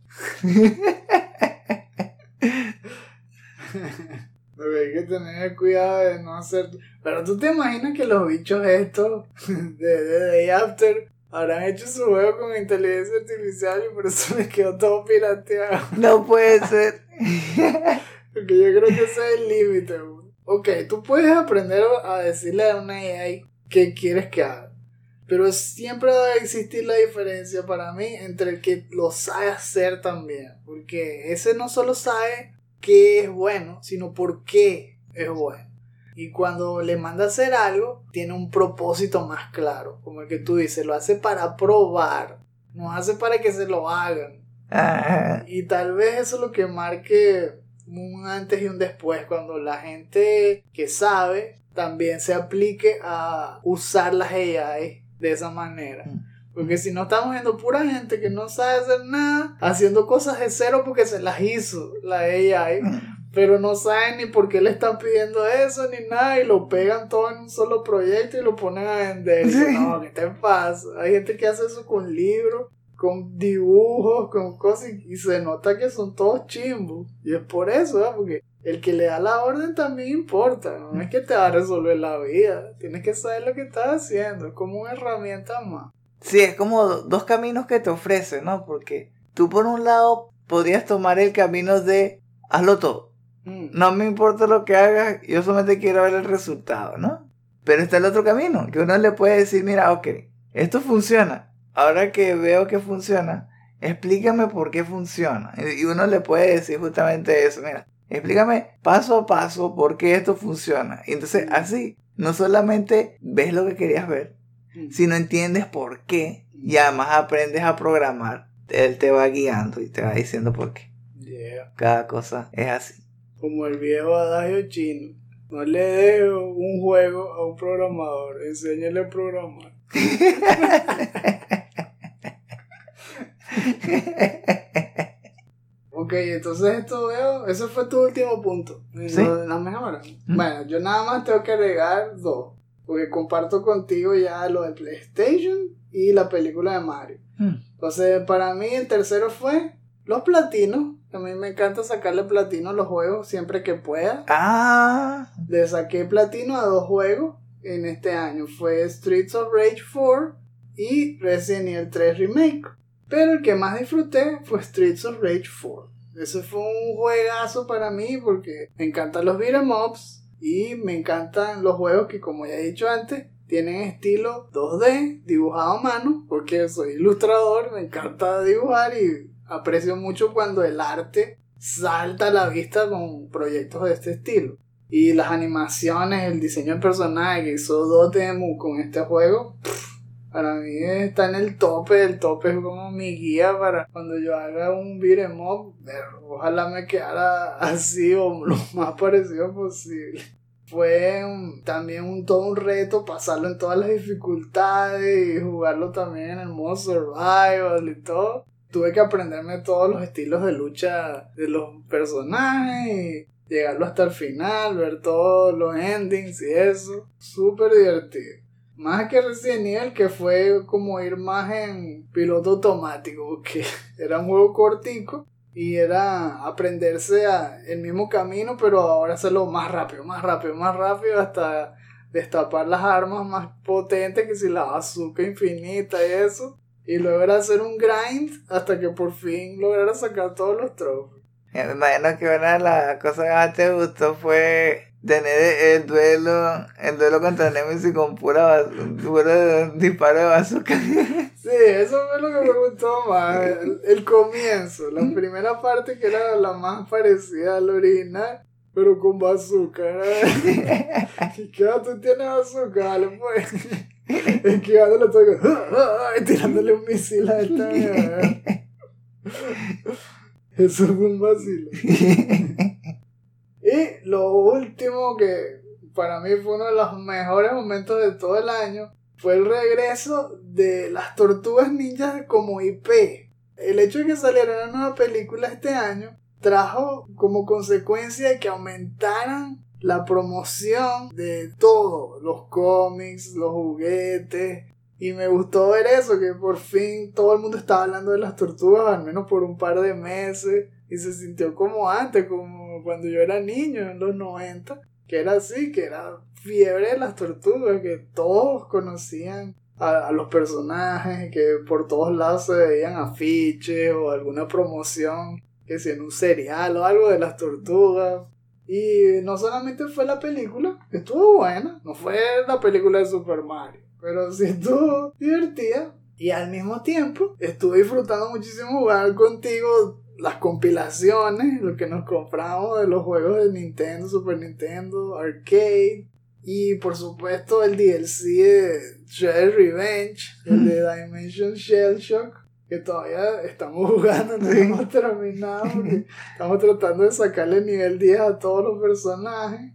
Pero hay que tener cuidado de no hacer... Pero tú te imaginas que los bichos estos de, de Day After habrán hecho su juego con inteligencia artificial y por eso les quedó todo pirateado. No puede ser. Porque yo creo que ese es el límite. Ok, tú puedes aprender a decirle a una A I qué quieres que haga. Pero siempre va a existir la diferencia para mí entre el que lo sabe hacer también. Porque ese no solo sabe qué es bueno, sino por qué es bueno. Y cuando le manda a hacer algo, tiene un propósito más claro. Como el que tú dices, lo hace para probar. No hace para que se lo hagan. Ah. Y tal vez eso es lo que marque un antes y un después. Cuando la gente que sabe también se aplique a usar las A I de esa manera. Porque si no estamos viendo pura gente que no sabe hacer nada, haciendo cosas de cero porque se las hizo la A I, pero no saben ni por qué le están pidiendo eso ni nada y lo pegan todo en un solo proyecto y lo ponen a vender. Y no, ¿qué te pasa? Hay gente que hace eso con libros, con dibujos, con cosas y se nota que son todos chimbos. Y es por eso, ¿eh? Porque el que le da la orden también importa. No es que te va a resolver la vida. Tienes que saber lo que estás haciendo. Es como una herramienta más. Sí, es como dos caminos que te ofrece, ¿no? Porque tú por un lado podrías tomar el camino de hazlo todo. Mm. No me importa lo que hagas, yo solamente quiero ver el resultado, ¿no? Pero está el otro camino, que uno le puede decir, mira, ok, esto funciona. Ahora que veo que funciona, explícame por qué funciona. Y uno le puede decir justamente eso, mira, explícame paso a paso por qué esto funciona. Y entonces así, no solamente ves lo que querías ver, sino entiendes por qué y además aprendes a programar. Él te va guiando y te va diciendo por qué. Yeah. Cada cosa es así. Como el viejo adagio chino. No le dejo un juego a un programador, enséñale a programar. Ok, entonces esto veo, ese fue tu último punto. ¿Sí? Las mejoras. ¿Mm? Bueno, yo nada más tengo que agregar dos. Porque comparto contigo ya lo de PlayStation y la película de Mario. Hmm. Entonces, para mí el tercero fue los platinos. A mí me encanta sacarle platino a los juegos siempre que pueda. Ah. Le saqué platino a dos juegos en este año. Fue Streets of Rage cuatro y Resident Evil tres Remake. Pero el que más disfruté fue Streets of Rage cuatro. Ese fue un juegazo para mí porque me encantan los beat'em ups y me encantan los juegos que, como ya he dicho antes, tienen estilo dos D, dibujado a mano, porque soy ilustrador, me encanta dibujar y aprecio mucho cuando el arte salta a la vista con proyectos de este estilo. Y las animaciones, el diseño de personaje que hizo Dotemu con este juego, pff, para mí está en el tope. El tope es como mi guía para cuando yo haga un beat'em up. Ojalá me quedara así o lo más parecido posible. Fue un, también un, todo un reto pasarlo en todas las dificultades y jugarlo también en el modo survival y todo. Tuve que aprenderme todos los estilos de lucha de los personajes y llegarlo hasta el final, ver todos los endings y eso. Súper divertido. Más que Resident Evil, que fue como ir más en piloto automático, porque era un juego cortico y era aprenderse a el mismo camino, pero ahora hacerlo más rápido, más rápido, más rápido, hasta destapar las armas más potentes, que si la bazooka infinita y eso. Y luego era hacer un grind hasta que por fin lograra sacar todos los trofeos. Me imagino que una de las cosas que más te gustó fue tener el duelo, el duelo contra Nemesis con pura, pura disparo de bazooka. Sí, eso fue lo que me gustó más. El, el comienzo, la primera parte que era la más parecida al original, pero con bazooka. ¿Y qué tú tienes bazooka? Dale pues. Esquivándole todo y tirándole un misil a esta mierda. Eso fue un vacilo. Y lo último que para mí fue uno de los mejores momentos de todo el año fue el regreso de las Tortugas Ninjas como I P. El hecho de que saliera una nueva película este año trajo como consecuencia que aumentaran la promoción de todo, los cómics, los juguetes, y me gustó ver eso, que por fin todo el mundo estaba hablando de las tortugas, al menos por un par de meses, y se sintió como antes, como cuando yo era niño en los noventa, que era así, que era fiebre de las tortugas, que todos conocían a, a los personajes, que por todos lados se veían afiches o alguna promoción, que si en un cereal o algo de las tortugas. Y no solamente fue la película, estuvo buena, no fue la película de Super Mario, pero sí estuvo divertida. Y al mismo tiempo estuve disfrutando muchísimo jugar contigo las compilaciones, lo que nos compramos de los juegos de Nintendo, Super Nintendo, Arcade. Y por supuesto el D L C de Shredder's Revenge, el de Dimension Shell Shock, que todavía estamos jugando, no hemos terminado porque estamos tratando de sacarle nivel diez a todos los personajes.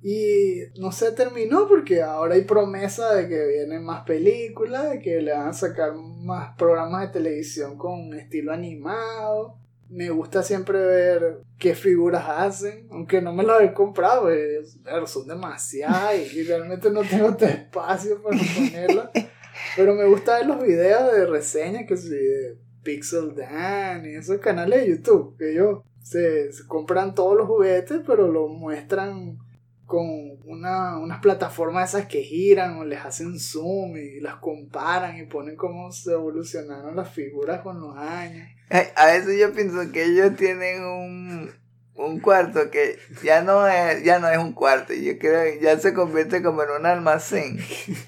Y no se terminó porque ahora hay promesa de que vienen más películas, de que le van a sacar más programas de televisión con estilo animado. Me gusta siempre ver qué figuras hacen, aunque no me las he comprado, pues, son demasiadas y realmente no tengo este espacio para ponerlas. Pero me gusta ver los videos de reseñas que sí, de Pixel Dan y esos canales de YouTube, que ellos se, se compran todos los juguetes, pero los muestran con una, unas plataformas esas que giran o les hacen zoom y las comparan y ponen cómo se evolucionaron las figuras con los años. A veces yo pienso que ellos tienen un, un cuarto que ya no es, ya no es un cuarto, yo creo que ya se convierte como en un almacén.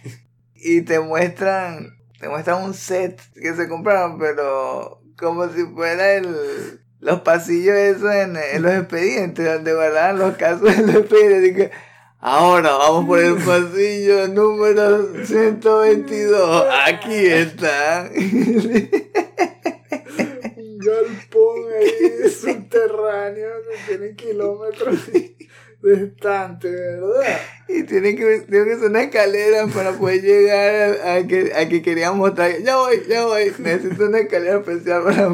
Y te muestran, te muestran un set que se compraron, pero como si fuera el, los pasillos esos en, en los expedientes, donde guardaban los casos de los expedientes. Así que, ahora vamos por el pasillo número ciento veintidós. Aquí está. Un galpón ahí subterráneo que tiene kilómetros de estante, ¿verdad? Y tienen que, tienen que hacer una escalera para poder llegar a, a, que, a que querían mostrar. Ya voy, ya voy. Necesito una escalera especial para...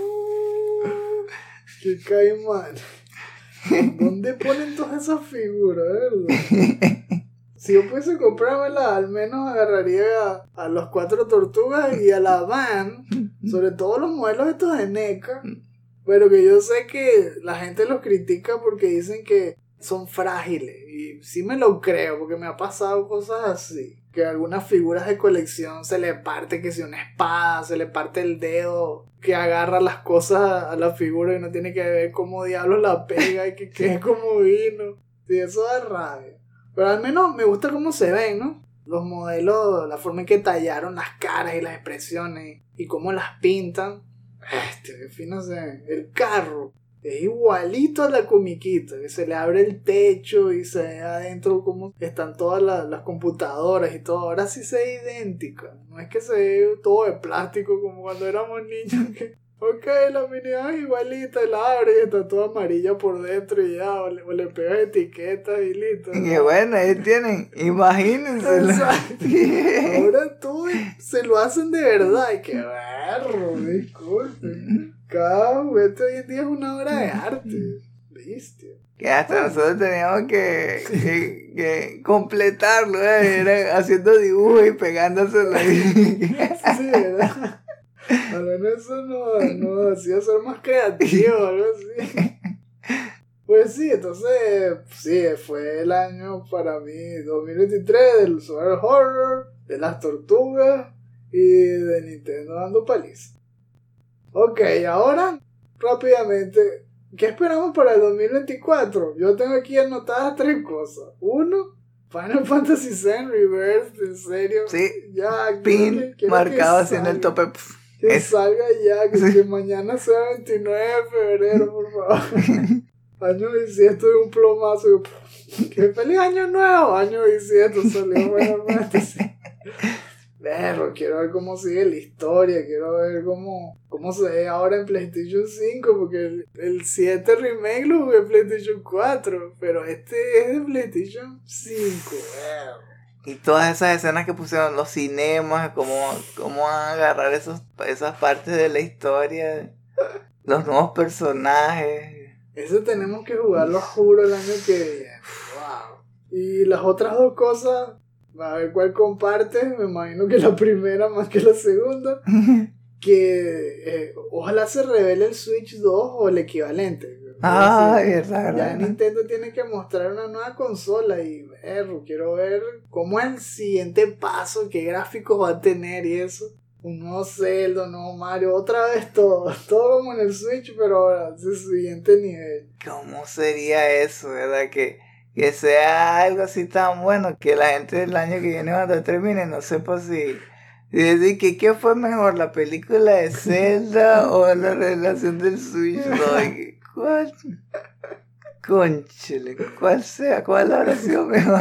¡Qué caimán! ¿Dónde ponen todas esas figuras, verdad? Si yo pudiese comprármela, al menos agarraría a, a los cuatro tortugas y a la van, sobre todo los modelos estos de NECA, pero que yo sé que la gente los critica porque dicen que son frágiles, y sí me lo creo, porque me ha pasado cosas así, que algunas figuras de colección se le parte, que si una espada, se le parte el dedo, que agarra las cosas a la figura y no tiene que ver cómo diablos la pega y que quede como vino. Sí, eso da rabia. Pero al menos me gusta cómo se ven, ¿no? Los modelos, la forma en que tallaron las caras y las expresiones y cómo las pintan. Este, qué fino se ven. El carro es igualito a la comiquita, que se le abre el techo y se ve adentro cómo están todas las, las computadoras y todo. Ahora sí se ve idéntica. No es que se ve todo de plástico como cuando éramos niños que... Ok, la minivan es igualita, y la abre y está toda amarilla por dentro y ya, o le, o le pegas etiquetas y listo. Y que bueno, ahí tienen, imagínense. Ahora todo se lo hacen de verdad, y qué berro, disculpen. Cada juguete hoy en día es una obra de arte, bestia. Que hasta nosotros teníamos que, que, que completarlo, ¿eh? Era haciendo dibujos y pegándoselo ahí. Sí, ¿verdad? Al menos eso no, no hacía ser más creativo o algo así. Pues sí, entonces, sí, fue el año para mí, dos mil veintitrés, del Super Horror, de las tortugas y de Nintendo dando paliza. Ok, ahora, rápidamente, ¿qué esperamos para el dos mil veinticuatro? Yo tengo aquí anotadas tres cosas. Uno, Final Fantasy seis Rebirth, en serio. Sí, ya, pin quiero, marcado que así en el tope. Que es... salga ya, que, sí. Que mañana sea veintinueve de febrero, por favor. Año bisiesto de un plomazo. ¡Qué feliz año nuevo! Año bisiesto salió Final Fantasy. Perro, quiero ver cómo sigue la historia, quiero ver cómo, cómo se ve ahora en PlayStation cinco, porque el, el siete Remake lo jugué en PlayStation cuatro, pero este es de PlayStation cinco, perro. Y todas esas escenas que pusieron, los cinemas, cómo, cómo van a agarrar esos, esas partes de la historia, los nuevos personajes. Eso tenemos que jugarlo, juro, el año que viene. Wow. Y las otras dos cosas, a ver cuál comparte, me imagino que la primera más que la segunda, que eh, ojalá se revele el Switch dos o el equivalente. Ah, verdad, ya Nintendo tiene que mostrar una nueva consola y ver, quiero ver cómo es el siguiente paso, qué gráficos va a tener y eso. Un nuevo Zelda, un nuevo Mario, otra vez todo, todo como en el Switch, pero ahora es el siguiente nivel. ¿Cómo sería eso, verdad? Que, que sea algo así tan bueno que la gente del año que viene cuando termine no sepa si... Y decir que qué fue mejor, la película de Zelda o la relación del Switch. No, ¿cuál? Conchale, ¿cuál sea? ¿Cuál habrá sido mejor?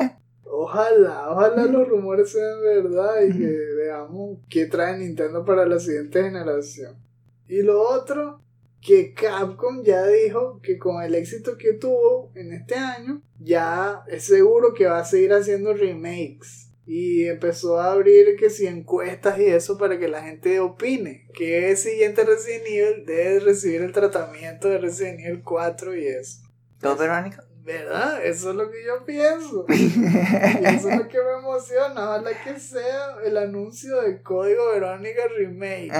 Ojalá, ojalá los rumores sean verdad y que veamos qué trae Nintendo para la siguiente generación. Y lo otro, que Capcom ya dijo que con el éxito que tuvo en este año, ya es seguro que va a seguir haciendo remakes. Y empezó a abrir que si encuestas y eso para que la gente opine que el siguiente Resident Evil debe recibir el tratamiento de Resident Evil cuatro y eso. ¿No, Verónica? ¿Verdad? Eso es lo que yo pienso. Y eso es lo que me emociona. Ojalá que sea el anuncio de Código Verónica Remake.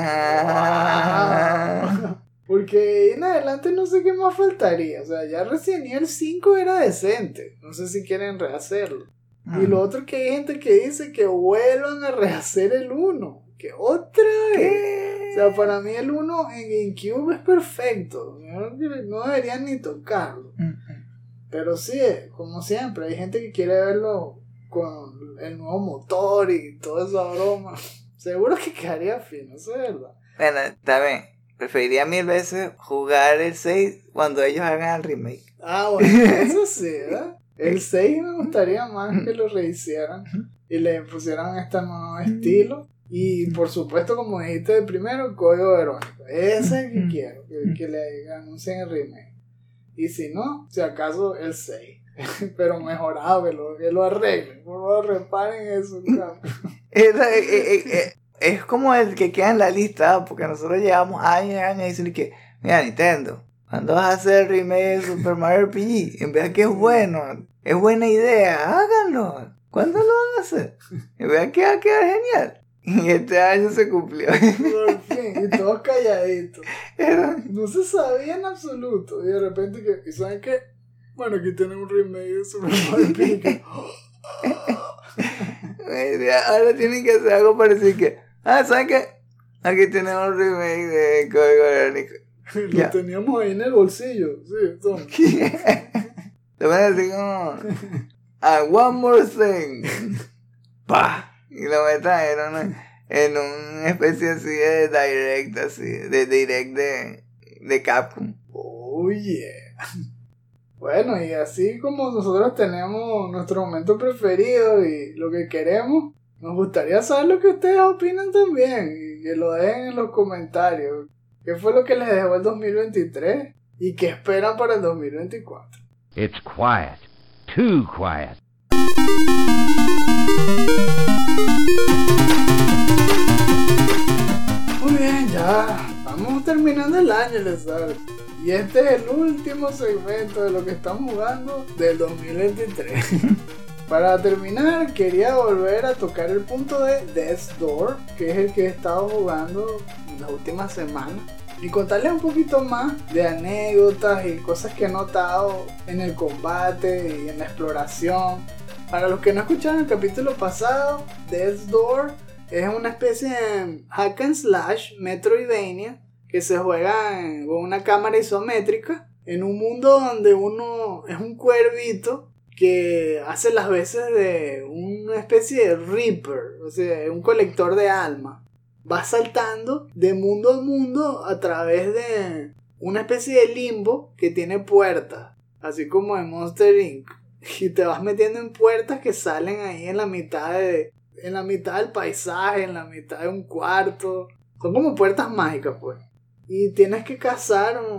Ah. Wow. Porque en adelante no sé qué más faltaría. O sea, ya Resident Evil cinco era decente. No sé si quieren rehacerlo. Y lo otro, que hay gente que dice que vuelvan a rehacer el uno. Que otra vez. O sea, para mí el uno en GameCube es perfecto. No, no deberían ni tocarlo. Pero sí, como siempre, hay gente que quiere verlo con el nuevo motor y toda esa broma. Seguro que quedaría fino, eso es verdad. Bueno, está bien. preferiría mil veces jugar el seis cuando ellos hagan el remake. Ah, bueno, eso sí, ¿verdad? El seis me gustaría más que lo rehicieran y le pusieran este nuevo estilo. Y por supuesto, como dijiste de primero, Código Verónica. Ese es el que quiero, que, que le anuncien el remake. Y si no, si acaso el seis. Pero mejorado, que lo, que lo arreglen. Por favor, reparen eso. Es, es, es, es como el que queda en la lista, porque nosotros llevamos años y años diciendo que, mira, Nintendo, ¿cuándo vas a hacer el remake de Super Mario R P G? En vez que es bueno, es buena idea, háganlo. ¿Cuándo lo van a hacer? En vez que va a quedar genial. Y este año se cumplió. Por fin, y todos calladitos. No se sabía en absoluto. Y de repente, que, ¿y saben qué? Bueno, aquí tienen un remake de Super Mario P. Ahora tienen que hacer algo para decir que, ah, ¿saben qué? Aquí tenemos un remake de Código Verónica. Lo ya. Teníamos ahí en el bolsillo. Sí, toma. Te van a decir como, and one more thing. ¡Pah! Y lo metan en una, en una especie así de direct, así, de direct de, de Capcom. Oh yeah. Bueno, y así como nosotros tenemos nuestro momento preferido y lo que queremos, nos gustaría saber lo que ustedes opinan también y que lo dejen en los comentarios. ¿Qué fue lo que les dejó el dos mil veintitrés y qué esperan para el dos mil veinticuatro? It's quiet, too quiet. Muy bien, ya vamos terminando el año, Lezar. Y este es el último segmento de lo que estamos jugando del dos mil veintitrés. Para terminar, quería volver a tocar el punto de Death's Door, que es el que he estado jugando en las últimas semanas, y contarles un poquito más de anécdotas y cosas que he notado en el combate y en la exploración. Para los que no escucharon el capítulo pasado, Death's Door es una especie de hack and slash Metroidvania que se juega en, con una cámara isométrica en un mundo donde uno es un cuervito que hace las veces de una especie de Reaper, o sea, un colector de almas. Va saltando de mundo a mundo a través de una especie de limbo que tiene puertas, así como en Monster incorporated. Y te vas metiendo en puertas que salen ahí en la mitad de, en la mitad del paisaje, en la mitad de un cuarto. Son como puertas mágicas, pues. Y tienes que cazar a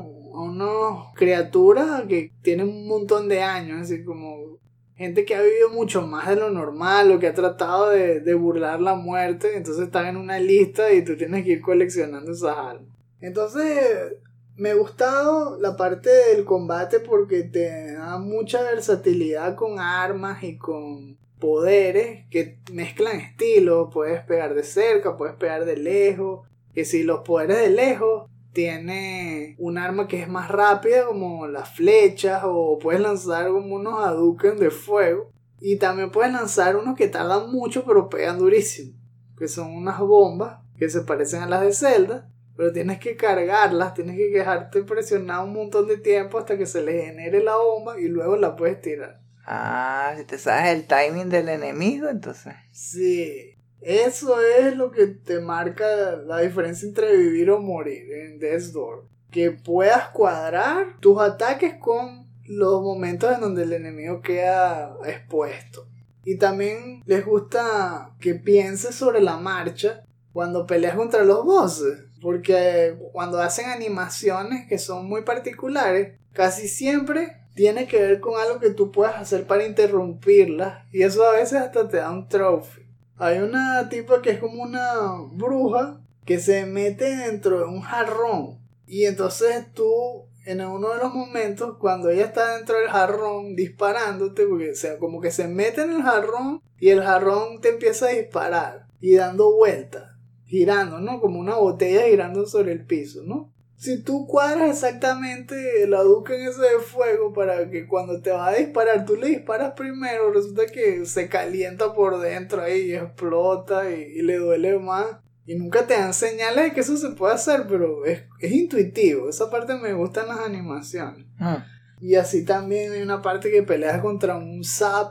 unas criaturas que tienen un montón de años, así como gente que ha vivido mucho más de lo normal o que ha tratado de, de burlar la muerte. Entonces están en una lista y tú tienes que ir coleccionando esas almas. Entonces me ha gustado la parte del combate porque te da mucha versatilidad con armas y con poderes que mezclan estilos. Puedes pegar de cerca, puedes pegar de lejos. Que si los poderes de lejos tiene un arma que es más rápida como las flechas, o puedes lanzar como unos Hadouken de fuego, y también puedes lanzar unos que tardan mucho pero pegan durísimo, que son unas bombas que se parecen a las de Zelda, pero tienes que cargarlas, tienes que dejarte presionado un montón de tiempo hasta que se le genere la bomba y luego la puedes tirar. Ah, si te sabes el timing del enemigo, entonces. Sí. Eso es lo que te marca la diferencia entre vivir o morir en Death's Door. Que puedas cuadrar tus ataques con los momentos en donde el enemigo queda expuesto. Y también les gusta que pienses sobre la marcha cuando peleas contra los bosses. Porque cuando hacen animaciones que son muy particulares, casi siempre tiene que ver con algo que tú puedas hacer para interrumpirlas. Y eso a veces hasta te da un trophy. Hay una tipa que es como una bruja que se mete dentro de un jarrón. Y entonces tú, en uno de los momentos, cuando ella está dentro del jarrón disparándote, porque o sea, como que se mete en el jarrón y el jarrón te empieza a disparar y dando vueltas, girando, ¿no? Como una botella girando sobre el piso, ¿no? Si tú cuadras exactamente el Hadouken ese de fuego para que cuando te va a disparar, tú le disparas primero, resulta que se calienta por dentro ahí y explota y, y le duele más. Y nunca te dan señales de que eso se puede hacer, pero es, es intuitivo. Esa parte me gustan las animaciones. Ah. Y así también hay una parte que peleas contra un sapo,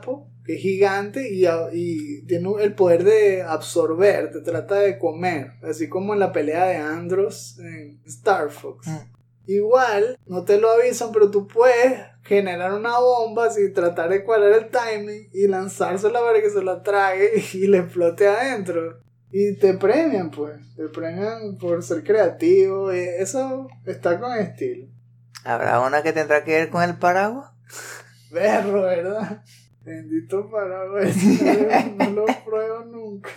que es gigante y, y tiene el poder de absorber, te trata de comer, así como en la pelea de Andros en Star Fox. Mm. Igual, no te lo avisan, pero tú puedes generar una bomba así, tratar de cuadrar el timing y lanzársela para que se la trague y le explote adentro. Y te premian, pues, te premian por ser creativo, y eso está con estilo. ¿Habrá una que tendrá que ver con el paraguas? Berro, ¿verdad? Bendito paraguas, no, no lo pruebo nunca.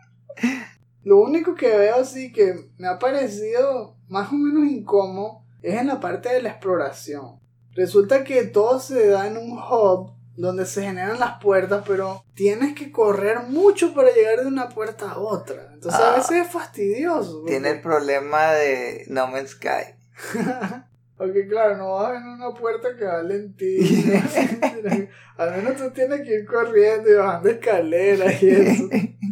Lo único que veo así que me ha parecido más o menos incómodo es en la parte de la exploración. Resulta que todo se da en un hub donde se generan las puertas, pero tienes que correr mucho para llegar de una puerta a otra. Entonces ah, a veces es fastidioso. Porque... Tiene el problema de No Man's Sky. Porque claro, no vas en una puerta que va lentito. Al menos tú tienes que ir corriendo y bajando escaleras y eso.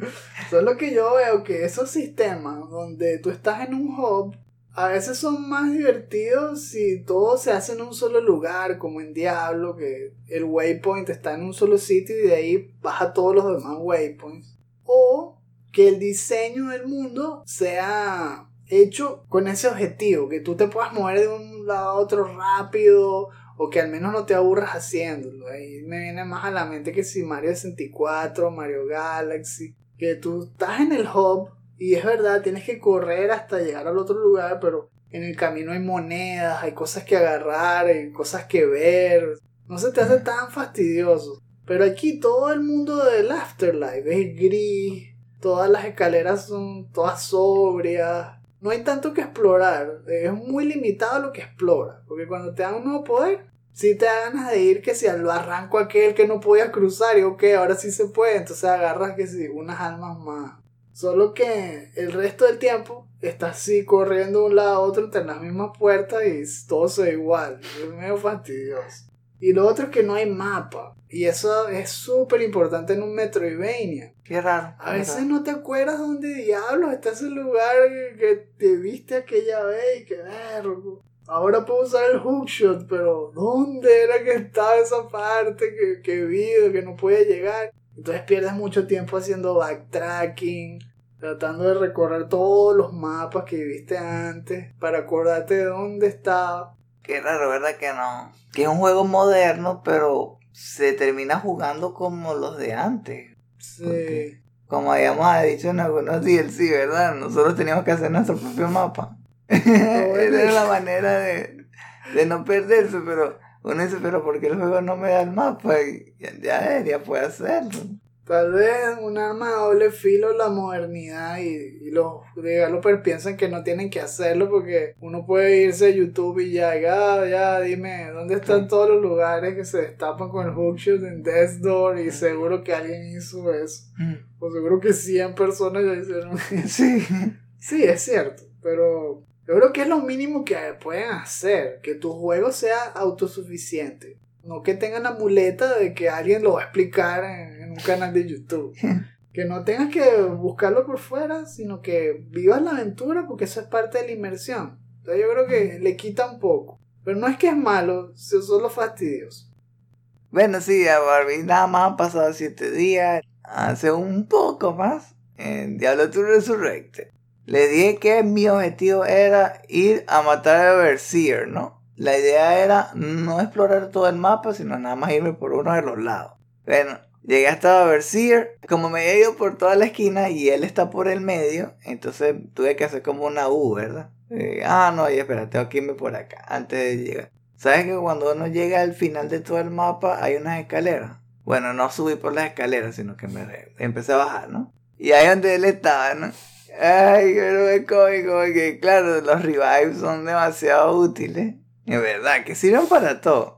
Solo que yo veo que esos sistemas donde tú estás en un hub a veces son más divertidos si todo se hace en un solo lugar, como en Diablo, que el waypoint está en un solo sitio y de ahí baja todos los demás waypoints. O que el diseño del mundo sea hecho con ese objetivo, que tú te puedas mover de un lado a otro rápido, o que al menos no te aburras haciéndolo. Ahí me viene más a la mente que si Mario sesenta y cuatro, Mario Galaxy, que tú estás en el hub y es verdad, tienes que correr hasta llegar al otro lugar, pero en el camino hay monedas, hay cosas que agarrar, hay cosas que ver, no se te hace tan fastidioso. Pero aquí todo el mundo del Afterlife es gris, todas las escaleras son todas sobrias, no hay tanto que explorar, es muy limitado lo que exploras, porque cuando te dan un nuevo poder, sí te da ganas de ir, que si lo arranco aquel que no podías cruzar y ok, ahora sí se puede, entonces agarras que si unas almas más. Solo que el resto del tiempo estás así corriendo de un lado a otro entre las mismas puertas y todo se ve igual, es medio fastidioso. Y lo otro es que no hay mapa, y eso es súper importante en un Metroidvania. Qué raro. A veces raro. No te acuerdas dónde diablos está ese lugar que te viste aquella vez y que vergo. Ahora puedo usar el hookshot, pero ¿dónde era que estaba esa parte que, que vi, que no podía llegar? Entonces pierdes mucho tiempo haciendo backtracking, tratando de recorrer todos los mapas que viste antes para acordarte de dónde estaba. Qué raro, ¿verdad que no? Que es un juego moderno, pero se termina jugando como los de antes. Sí. Porque, como habíamos dicho en algunos D L C, ¿verdad? Nosotros teníamos que hacer nuestro propio mapa. Esa era la manera de, de no perderse, pero uno dice, pero ¿por qué el juego no me da el mapa? Y ya, ya, ya puede hacerlo. Tal vez un arma de doble filo la modernidad y, y los developers piensan que no tienen que hacerlo porque uno puede irse a YouTube y ya, ya, ya dime dónde están todos los lugares que se destapan con el hookshot en Death's Door y seguro que alguien hizo eso. O seguro que cien personas ya hicieron eso. Sí. Sí, es cierto, pero yo creo que es lo mínimo que pueden hacer, que tu juego sea autosuficiente. No que tengan la muleta de que alguien lo va a explicar en, en un canal de YouTube. Que no tengas que buscarlo por fuera, sino que vivas la aventura porque eso es parte de la inmersión. Entonces yo creo que le quita un poco. Pero no es que es malo, es solo fastidioso. Bueno, sí, a Barbie nada más han pasado siete días. Hace un poco más en Diablo dos Resurrected. Le dije que mi objetivo era ir a matar a Overseer, ¿no? La idea era no explorar todo el mapa, sino nada más irme por uno de los lados. Bueno, llegué hasta Overseer, como me he ido por toda la esquina y él está por el medio, entonces tuve que hacer como una U, ¿verdad? Eh, ah, no, y espera, tengo que irme por acá, antes de llegar. ¿Sabes que cuando uno llega al final de todo el mapa hay unas escaleras? Bueno, no subí por las escaleras, sino que me empecé a bajar, ¿no? Y ahí donde él estaba, ¿no? Ay, pero es cómico, porque claro, los revives son demasiado útiles. Es verdad, que sirven para todo.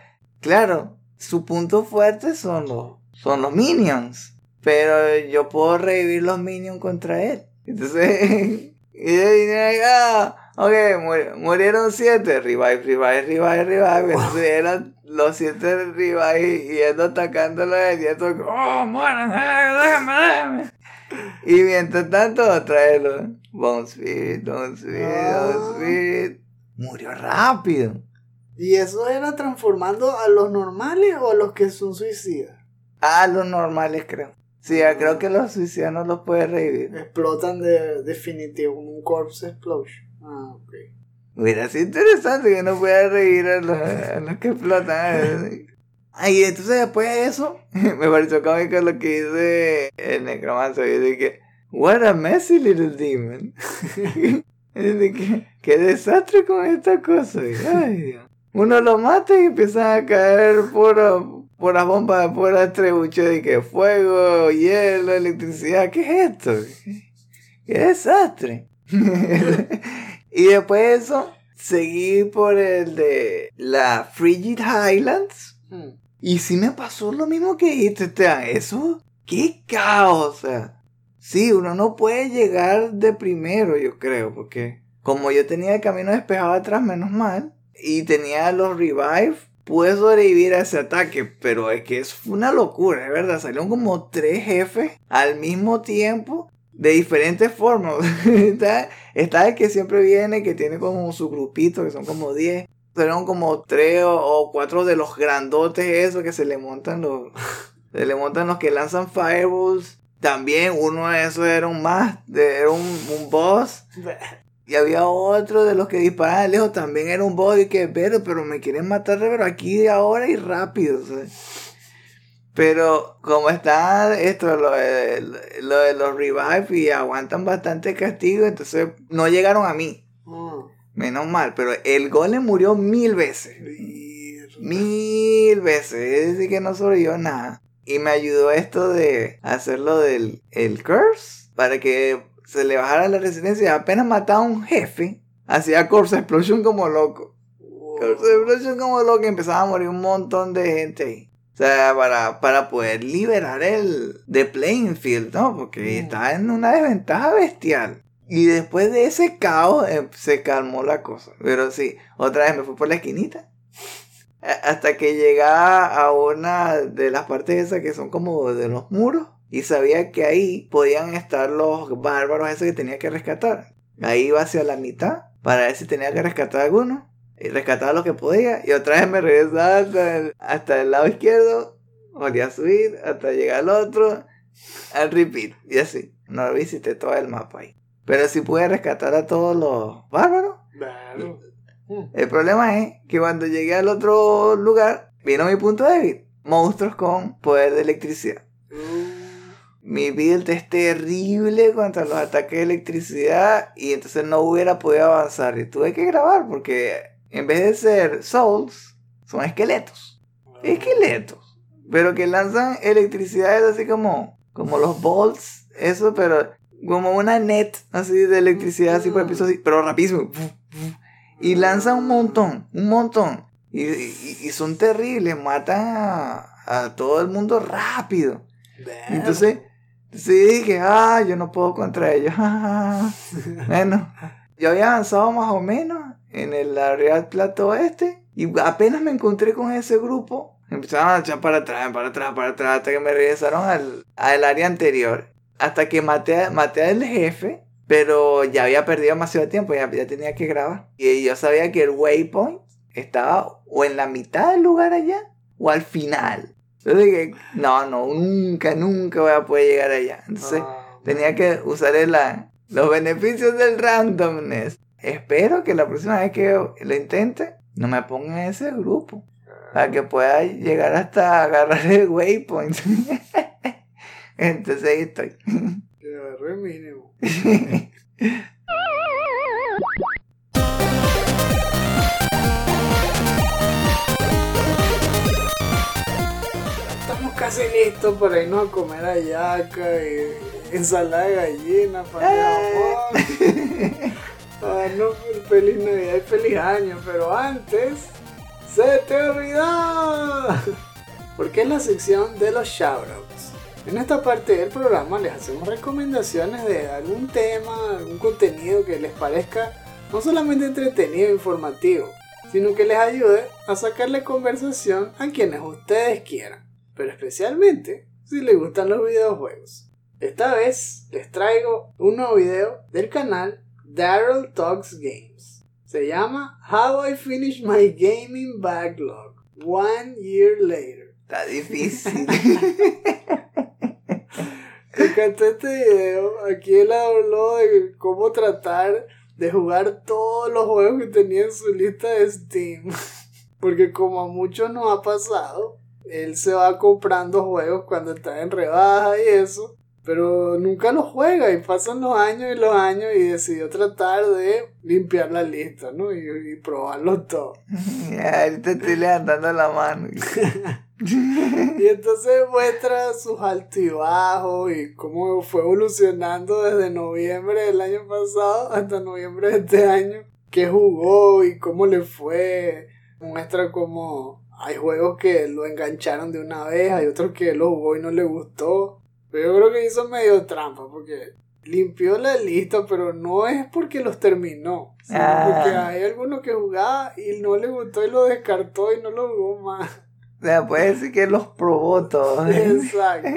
Claro, su punto fuerte son los, son los minions. Pero yo puedo revivir los minions contra él. Entonces, y de ahí, ah, ok, mur- murieron siete. Revive, revive, revive, revive. Entonces eran los siete revive yendo atacándolo a él. Y esto, oh, mueran, déjame, déjame. Y mientras tanto, tráelo. Bone Spirit, Bone Spirit, Bone Spirit. Murió rápido. ¿Y eso era transformando a los normales o a los que son suicidas? Ah, los normales creo. Sí, ah, creo que los suicidas no los puede revivir. Explotan de definitivo, como un corpse explosion. Ah, ok. Hubiera sido interesante que no pueda revivir a los, a los que explotan. Ay, entonces después de eso, me pareció cómico lo que dice el necromancer. Dice que, what a messy little demon. Dice que, qué desastre con esta cosa. Ay, Dios. Uno lo mata y empiezan a caer puro, puras bombas, puras trebuchos de que fuego, hielo, electricidad. ¿Qué es esto? ¡Qué desastre! Y después de eso, seguí por el de la Frigid Highlands. Hmm. Y sí me pasó lo mismo que dijiste, Esteban. Eso, qué caos. O sea, sí, uno no puede llegar de primero, yo creo, porque como yo tenía el camino despejado atrás, menos mal, y tenía los revive, pude sobrevivir a ese ataque. Pero es que eso fue una locura, es verdad. Salieron como tres jefes al mismo tiempo, de diferentes formas. está, está el que siempre viene, que tiene como su grupito, que son como diez. Salieron como tres o, o cuatro de los grandotes esos que se le montan los... se le montan los que lanzan fireballs. También uno de esos era un más, era un, un boss. Y había otro de los que disparaban lejos, también era un boss. Y que, pero, pero me quieren matar, pero aquí, ahora y rápido. ¿Sabes? Pero como está esto, lo de, lo de los revive y aguantan bastante castigo, entonces no llegaron a mí. Oh. Menos mal, pero el golem murió mil veces. Mil veces. Es decir, que no sobrevivió nada. Y me ayudó esto de hacerlo del el curse, para que se le bajara la resistencia. Apenas mataba a un jefe, hacía corpse explosion como loco. Wow. Corpse explosion como loco, y empezaba a morir un montón de gente ahí. O sea, para, para poder liberar el de playing field, ¿no? Porque mm. estaba en una desventaja bestial. Y después de ese caos eh, se calmó la cosa. Pero sí, otra vez me fui por la esquinita. Hasta que llegaba a una de las partes esas que son como de los muros. Y sabía que ahí podían estar los bárbaros esos que tenía que rescatar. Ahí iba hacia la mitad para ver si tenía que rescatar a alguno. Y rescataba lo que podía. Y otra vez me regresaba hasta el, hasta el lado izquierdo. Volví a subir hasta llegar al otro. Al repeat. Y así. No visité todo el mapa ahí. Pero sí pude rescatar a todos los bárbaros. Claro. El problema es que cuando llegué al otro lugar, vino mi punto débil. Monstruos con poder de electricidad. Mi build es terrible contra los ataques de electricidad. Y entonces no hubiera podido avanzar. Y tuve que grabar porque en vez de ser souls, son esqueletos. Esqueletos. Pero que lanzan electricidad, es así como, como los bolts. Eso, pero... como una net así de electricidad, así por el piso, así, pero rapidísimo. Y lanzan un montón, un montón. Y, y, y son terribles, matan a, a todo el mundo rápido. Entonces, sí dije, ah, yo no puedo contra ellos. Bueno, yo había avanzado más o menos en el Real Plateau este. Y apenas me encontré con ese grupo, empezaron a echar para atrás, para atrás, para atrás, hasta que me regresaron al, al área anterior. Hasta que maté, maté al jefe, pero ya había perdido demasiado tiempo, ya, ya tenía que grabar. Y yo sabía que el waypoint estaba o en la mitad del lugar allá, o al final. Entonces dije, no, no, nunca, nunca voy a poder llegar allá. Entonces oh, tenía que usar el, la, los beneficios del randomness. Espero que la próxima vez que lo intente, no me ponga en ese grupo. Para que pueda llegar hasta agarrar el waypoint. Entonces ahí estoy. Que agarré mínimo. Estamos casi listos para irnos a comer hallaca y ensalada de gallina para Japón. Ah, no, feliz Navidad y feliz año, pero antes se te olvidó. Porque es la sección de los shoutouts. En esta parte del programa les hacemos recomendaciones de algún tema, algún contenido que les parezca no solamente entretenido e informativo, sino que les ayude a sacarle conversación a quienes ustedes quieran, pero especialmente si les gustan los videojuegos. Esta vez les traigo un nuevo video del canal Daryl Talks Games. Se llama How I Finished My Gaming Backlog One Year Later. Está difícil. Me encantó este video. Aquí él habló de cómo tratar de jugar todos los juegos que tenía en su lista de Steam. Porque como a muchos nos ha pasado, él se va comprando juegos cuando está en rebaja y eso, pero nunca los juega y pasan los años y los años y decidió tratar de limpiar la lista, ¿no? Y, y probarlos todos. Ya, ahorita estoy levantando la mano. Y entonces muestra sus altibajos y cómo fue evolucionando desde noviembre del año pasado hasta noviembre de este año, qué jugó y cómo le fue. Muestra cómo hay juegos que lo engancharon de una vez, hay otros que lo jugó y no le gustó. Pero yo creo que hizo medio trampa porque limpió la lista, pero no es porque los terminó, sino ah. porque hay algunos que jugaba y no le gustó y lo descartó y no lo jugó más. O sea, puede decir que los probó todos. Exacto.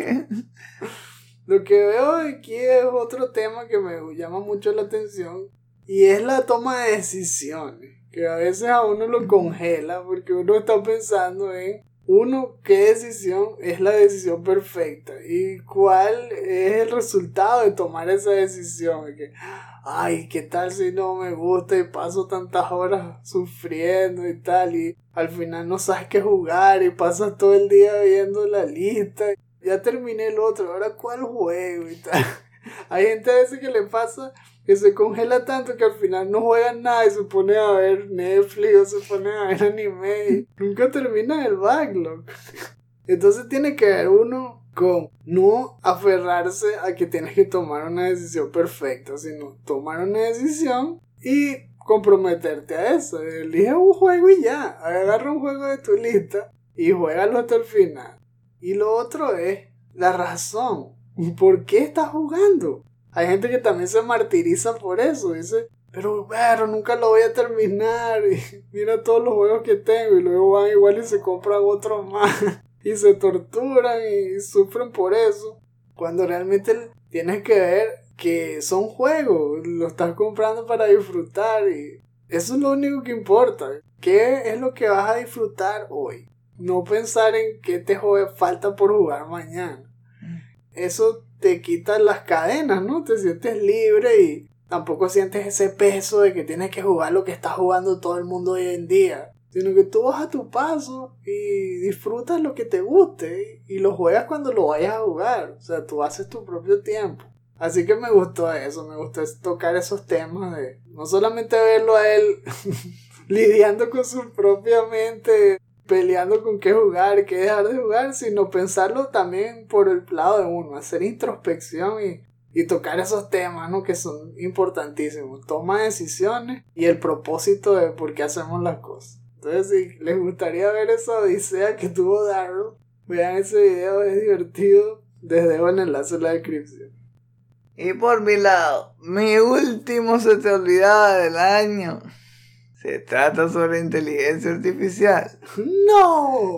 Lo que veo aquí es otro tema que me llama mucho la atención y es la toma de decisiones, que a veces a uno lo congela porque uno está pensando en uno, qué decisión es la decisión perfecta y cuál es el resultado de tomar esa decisión. Que, ay, ¿qué tal si no me gusta y paso tantas horas sufriendo y tal? Y al final no sabes qué jugar y pasas todo el día viendo la lista. Ya terminé el otro, ahora ¿cuál juego? Y tal. Hay gente a veces que le pasa que se congela tanto que al final no juegan nada y se pone a ver Netflix o se pone a ver anime y nunca termina el backlog. Entonces tiene que ver uno con no aferrarse a que tienes que tomar una decisión perfecta, sino tomar una decisión y comprometerte a eso. Elige un juego y ya, agarra un juego de tu lista y juégalo hasta el final. Y lo otro es la razón. ¿Por qué estás jugando? Hay gente que también se martiriza por eso. Dice, pero bueno, nunca lo voy a terminar. Y mira todos los juegos que tengo. Y luego van igual y se compran otros más. Y se torturan y sufren por eso. Cuando realmente tienes que ver que son juegos. Lo estás comprando para disfrutar. Y eso es lo único que importa. ¿Qué es lo que vas a disfrutar hoy? No pensar en qué te falta por jugar mañana. Eso te quita las cadenas, ¿no? Te sientes libre y tampoco sientes ese peso de que tienes que jugar lo que está jugando todo el mundo hoy en día. Sino que tú vas a tu paso y disfrutas lo que te guste y lo juegas cuando lo vayas a jugar. O sea, tú haces tu propio tiempo. Así que me gustó eso, me gustó tocar esos temas de no solamente verlo a él lidiando con su propia mente, peleando con qué jugar y qué dejar de jugar, sino pensarlo también por el lado de uno, hacer introspección y, y tocar esos temas, ¿no? Que son importantísimos, toma de decisiones y el propósito de por qué hacemos las cosas. Entonces, si les gustaría ver esa odisea que tuvo Darryl, vean ese video, es divertido, les dejo el enlace en la descripción. Y por mi lado, mi último se te olvidaba del año. Se trata sobre inteligencia artificial. ¡No!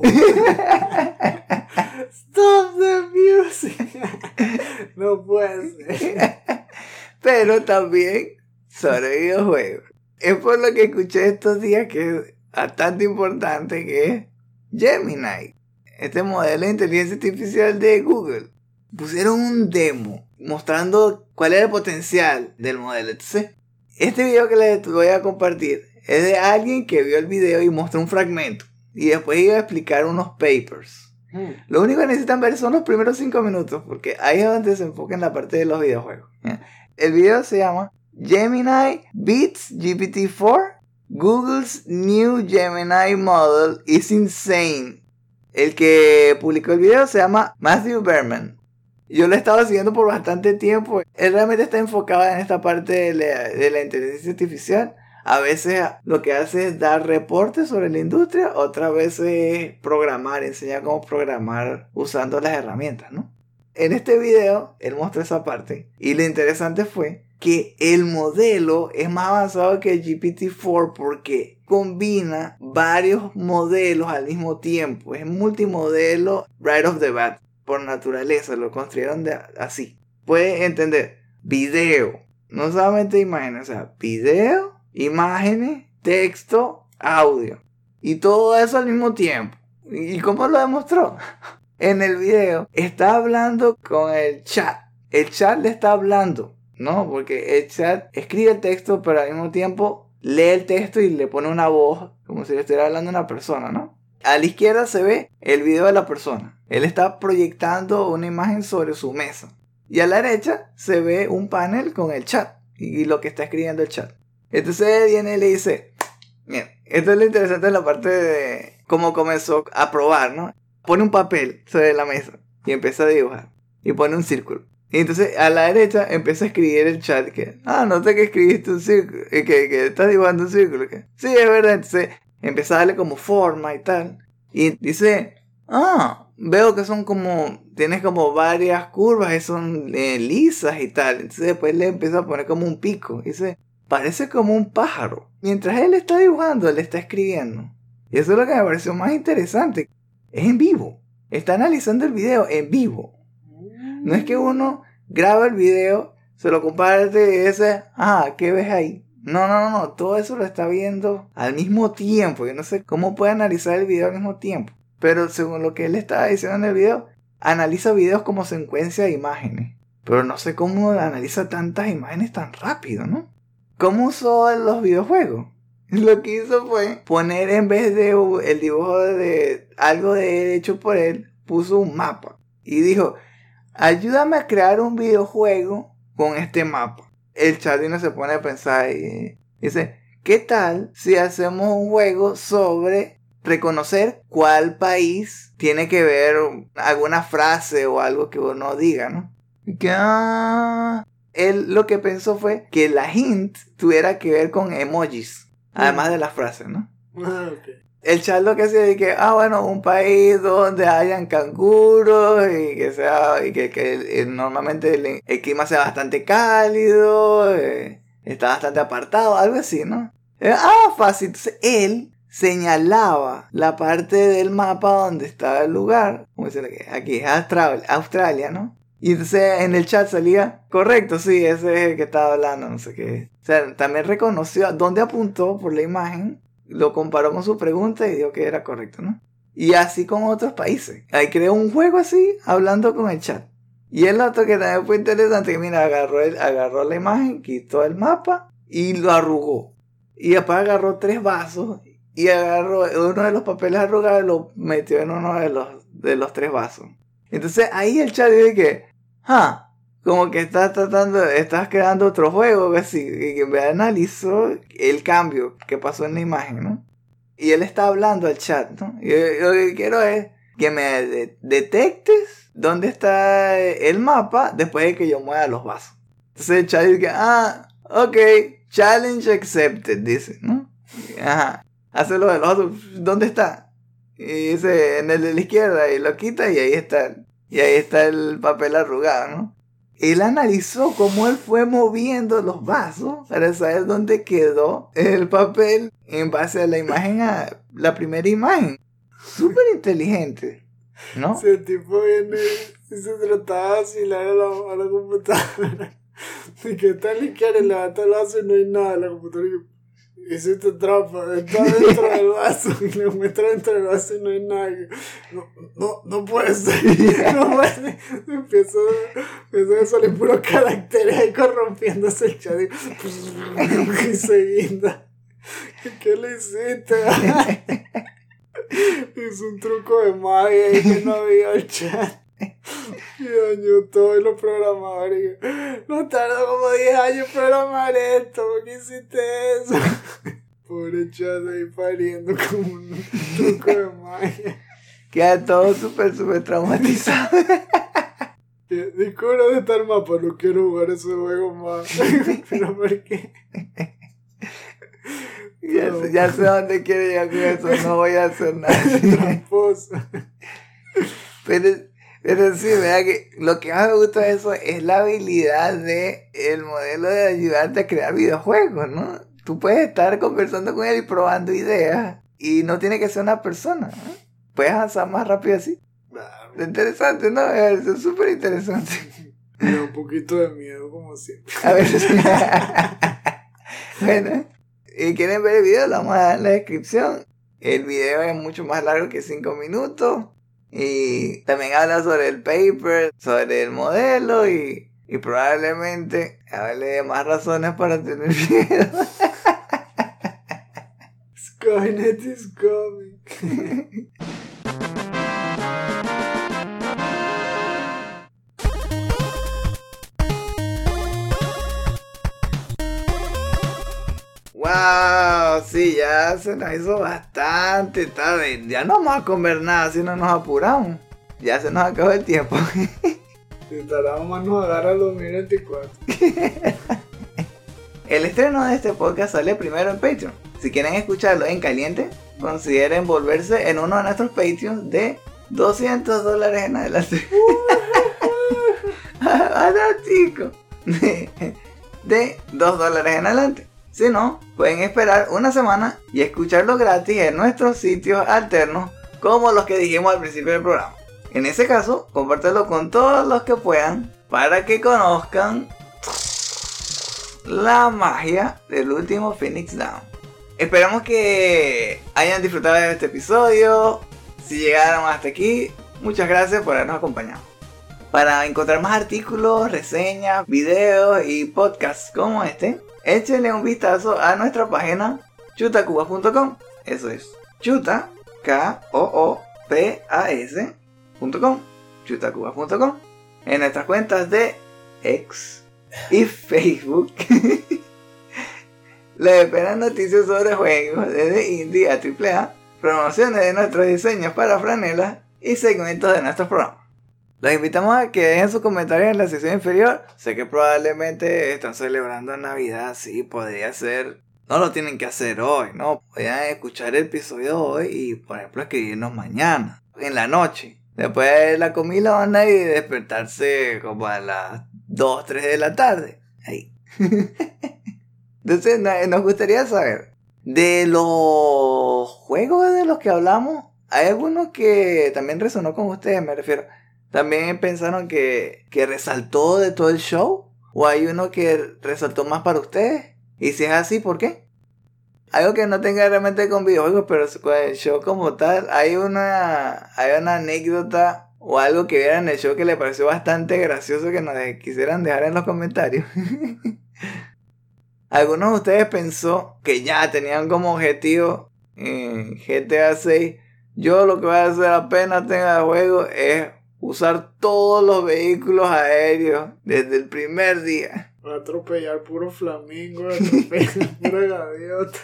¡Stop the music! No puede ser. Pero también sobre videojuegos. Es por lo que escuché estos días que es bastante importante, que es Gemini. Este modelo de inteligencia artificial de Google. Pusieron un demo mostrando cuál era el potencial del modelo. Entonces, este video que les voy a compartir es de alguien que vio el video y mostró un fragmento. Y después iba a explicar unos papers. Mm. Lo único que necesitan ver son los primeros cinco minutos, porque ahí es donde se enfoca en la parte de los videojuegos. ¿Ya? El video se llama Gemini Beats G P T cuatro. Google's new Gemini model is insane. El que publicó el video se llama Matthew Berman. Yo lo he estado siguiendo por bastante tiempo. Él realmente está enfocado en esta parte de la, de la inteligencia artificial. A veces lo que hace es dar reportes sobre la industria, otras veces programar, enseñar cómo programar usando las herramientas, ¿no? En este video, él mostró esa parte. Y lo interesante fue que el modelo es más avanzado que el G P T cuatro porque combina varios modelos al mismo tiempo. Es multimodelo right off the bat. Por naturaleza, lo construyeron de, así. Puede entender video, no solamente imágenes, o sea, video, imágenes, texto, audio. Y todo eso al mismo tiempo. ¿Y cómo lo demostró? En el video está hablando con el chat. El chat le está hablando, ¿no? Porque el chat escribe el texto, pero al mismo tiempo lee el texto y le pone una voz, como si le estuviera hablando a una persona, ¿no? A la izquierda se ve el video de la persona. Él está proyectando una imagen sobre su mesa. Y a la derecha se ve un panel con el chat y lo que está escribiendo el chat. Entonces él viene y le dice, mira, esto es lo interesante de la parte de cómo comenzó a probar, ¿no? Pone un papel sobre la mesa y empieza a dibujar. Y pone un círculo. Y entonces a la derecha empieza a escribir el chat que, ah, noté que escribiste un círculo, que, que estás dibujando un círculo. Que, sí, es verdad. Entonces empieza a darle como forma y tal. Y dice, ah, veo que son como, tienes como varias curvas y son eh, lisas y tal. Entonces después le empieza a poner como un pico. Y dice, parece como un pájaro. Mientras él está dibujando, él está escribiendo. Y eso es lo que me pareció más interesante. Es en vivo. Está analizando el video en vivo. No es que uno graba el video, se lo comparte y dice, ah, ¿qué ves ahí? No, no, no, no, todo eso lo está viendo al mismo tiempo. Yo no sé cómo puede analizar el video al mismo tiempo. Pero según lo que él estaba diciendo en el video, analiza videos como secuencia de imágenes. Pero no sé cómo analiza tantas imágenes tan rápido, ¿no? ¿Cómo usó los videojuegos? Lo que hizo fue poner, en vez de el dibujo de algo de él hecho por él, puso un mapa. Y dijo, ayúdame a crear un videojuego con este mapa. El chatino se pone a pensar y dice, ¿qué tal si hacemos un juego sobre reconocer cuál país tiene que ver alguna frase o algo que uno diga, ¿no? Y que, ah, él lo que pensó fue que la hint tuviera que ver con emojis, además de las frases, ¿no? Ah, ok. El chat lo que hacía es que, ah, bueno, un país donde hayan canguros y que sea, y que, que eh, normalmente el, el clima sea bastante cálido, eh, está bastante apartado, algo así, ¿no? Eh, ah, fácil. Entonces él señalaba la parte del mapa donde estaba el lugar, como decirle que aquí es Australia, Australia, ¿no? Y entonces en el chat salía, correcto, sí, ese es el que estaba hablando, no sé qué. O sea, también reconoció dónde apuntó por la imagen. Lo comparó con su pregunta y dijo que era correcto, ¿no? Y así con otros países. Ahí creó un juego así, hablando con el chat. Y el otro que también fue interesante, que mira, agarró, el, agarró la imagen, quitó el mapa y lo arrugó. Y después agarró tres vasos y agarró uno de los papeles arrugados y lo metió en uno de los, de los tres vasos. Entonces ahí el chat dice que, ah, como que estás tratando, estás creando otro juego, así, y que me analizó el cambio que pasó en la imagen, ¿no? Y él está hablando al chat, ¿no? Y yo, yo lo que quiero es que me de- detectes dónde está el mapa después de que yo mueva los vasos. Entonces el chat dice, ah, ok, challenge accepted, dice, ¿no? Ajá, hace lo de los otros, ¿dónde está? Y dice, en el de la izquierda, y lo quita y ahí está, y ahí está el papel arrugado, ¿no? Él analizó cómo él fue moviendo los vasos para saber dónde quedó el papel en base a la imagen, a la primera imagen. Súper inteligente, ¿no? Si el tipo viene y se trataba de vacilar a la, a la computadora. Y que tal y quiere levantar el vaso y no hay nada en la computadora. Y hiciste trampa, está dentro del vaso. Y le muestra dentro del vaso y no hay nada. Y no, no, no puede ser. No puede ser. Empezó, empezó a salir puros caracteres ahí corrompiéndose el chat. Y, y se guinda. ¿Qué le hiciste? Hizo un truco de magia y que no había el chat. Y dañó todo y los programadores. No tardó como diez años en programar esto. ¿Por qué hiciste eso? Pobre chat ahí pariendo como un truco de magia. Queda todo súper, súper traumatizado. Descubre dónde está el mapa. No quiero jugar ese juego más. ¿Pero por qué? Ya, No. sé, ya sé dónde quiere llegar con eso. No voy a hacer nada. Tramposa. Pero, pero sí, ¿verdad? Que lo que más me gusta de eso es la habilidad de el modelo de ayudarte a crear videojuegos, ¿no? Tú puedes estar conversando con él y probando ideas y no tiene que ser una persona, ¿no? Puedes avanzar más rápido así. Claro. Es interesante, ¿no? Es súper interesante. Me da un poquito de miedo, como siempre. A ver. Bueno, y quieren ver el video, lo vamos a dar en la descripción. El video es mucho más largo que cinco minutos. Y también habla sobre el paper, sobre el modelo y, y probablemente hable de más razones para tener miedo. Skynet is coming. Wow, sí, ya se nos hizo bastante tarde. Ya no vamos a comer nada si no nos apuramos. Ya se nos acabó el tiempo. Si tardamos más nos agarra el dos mil veinticuatro. El estreno de este podcast sale primero en Patreon. Si quieren escucharlo en caliente, consideren volverse en uno de nuestros Patreons de doscientos dólares en adelante. Ahora, chicos. De, de dos dólares en adelante. Si no, pueden esperar una semana y escucharlo gratis en nuestros sitios alternos, como los que dijimos al principio del programa. En ese caso, compártelo con todos los que puedan para que conozcan la magia del último Phoenix Down. Esperamos que hayan disfrutado de este episodio. Si llegaron hasta aquí, muchas gracias por habernos acompañado. Para encontrar más artículos, reseñas, videos y podcasts como este, échenle un vistazo a nuestra página chuta cubas punto com. Eso es chuta, K O O P A S punto com, chuta cubas punto com. En nuestras cuentas de X y Facebook les esperan noticias sobre juegos desde indie a triple A, promociones de nuestros diseños para franelas y segmentos de nuestros programas. Los invitamos a que dejen sus comentarios en la sección inferior. Sé que probablemente están celebrando Navidad, sí, podría ser. No lo tienen que hacer hoy, ¿no? Podrían escuchar el episodio hoy y, por ejemplo, escribirnos mañana, en la noche. Después de la comilona y despertarse como a las dos, tres de la tarde. Ahí. Entonces, nos gustaría saber, de los juegos de los que hablamos, ¿hay alguno que también resonó con ustedes? Me refiero. ¿También pensaron que, que resaltó de todo el show? ¿O hay uno que resaltó más para ustedes? Y si es así, ¿por qué? Algo que no tenga realmente con videojuegos, pero con el show como tal, hay una, hay una anécdota o algo que vieran en el show que le pareció bastante gracioso que nos quisieran dejar en los comentarios. ¿Algunos de ustedes pensó que ya tenían como objetivo en G T A seis? Yo lo que voy a hacer apenas tenga el juego es usar todos los vehículos aéreos desde el primer día. Va a atropellar puro flamingo, atropellar pura gaviota.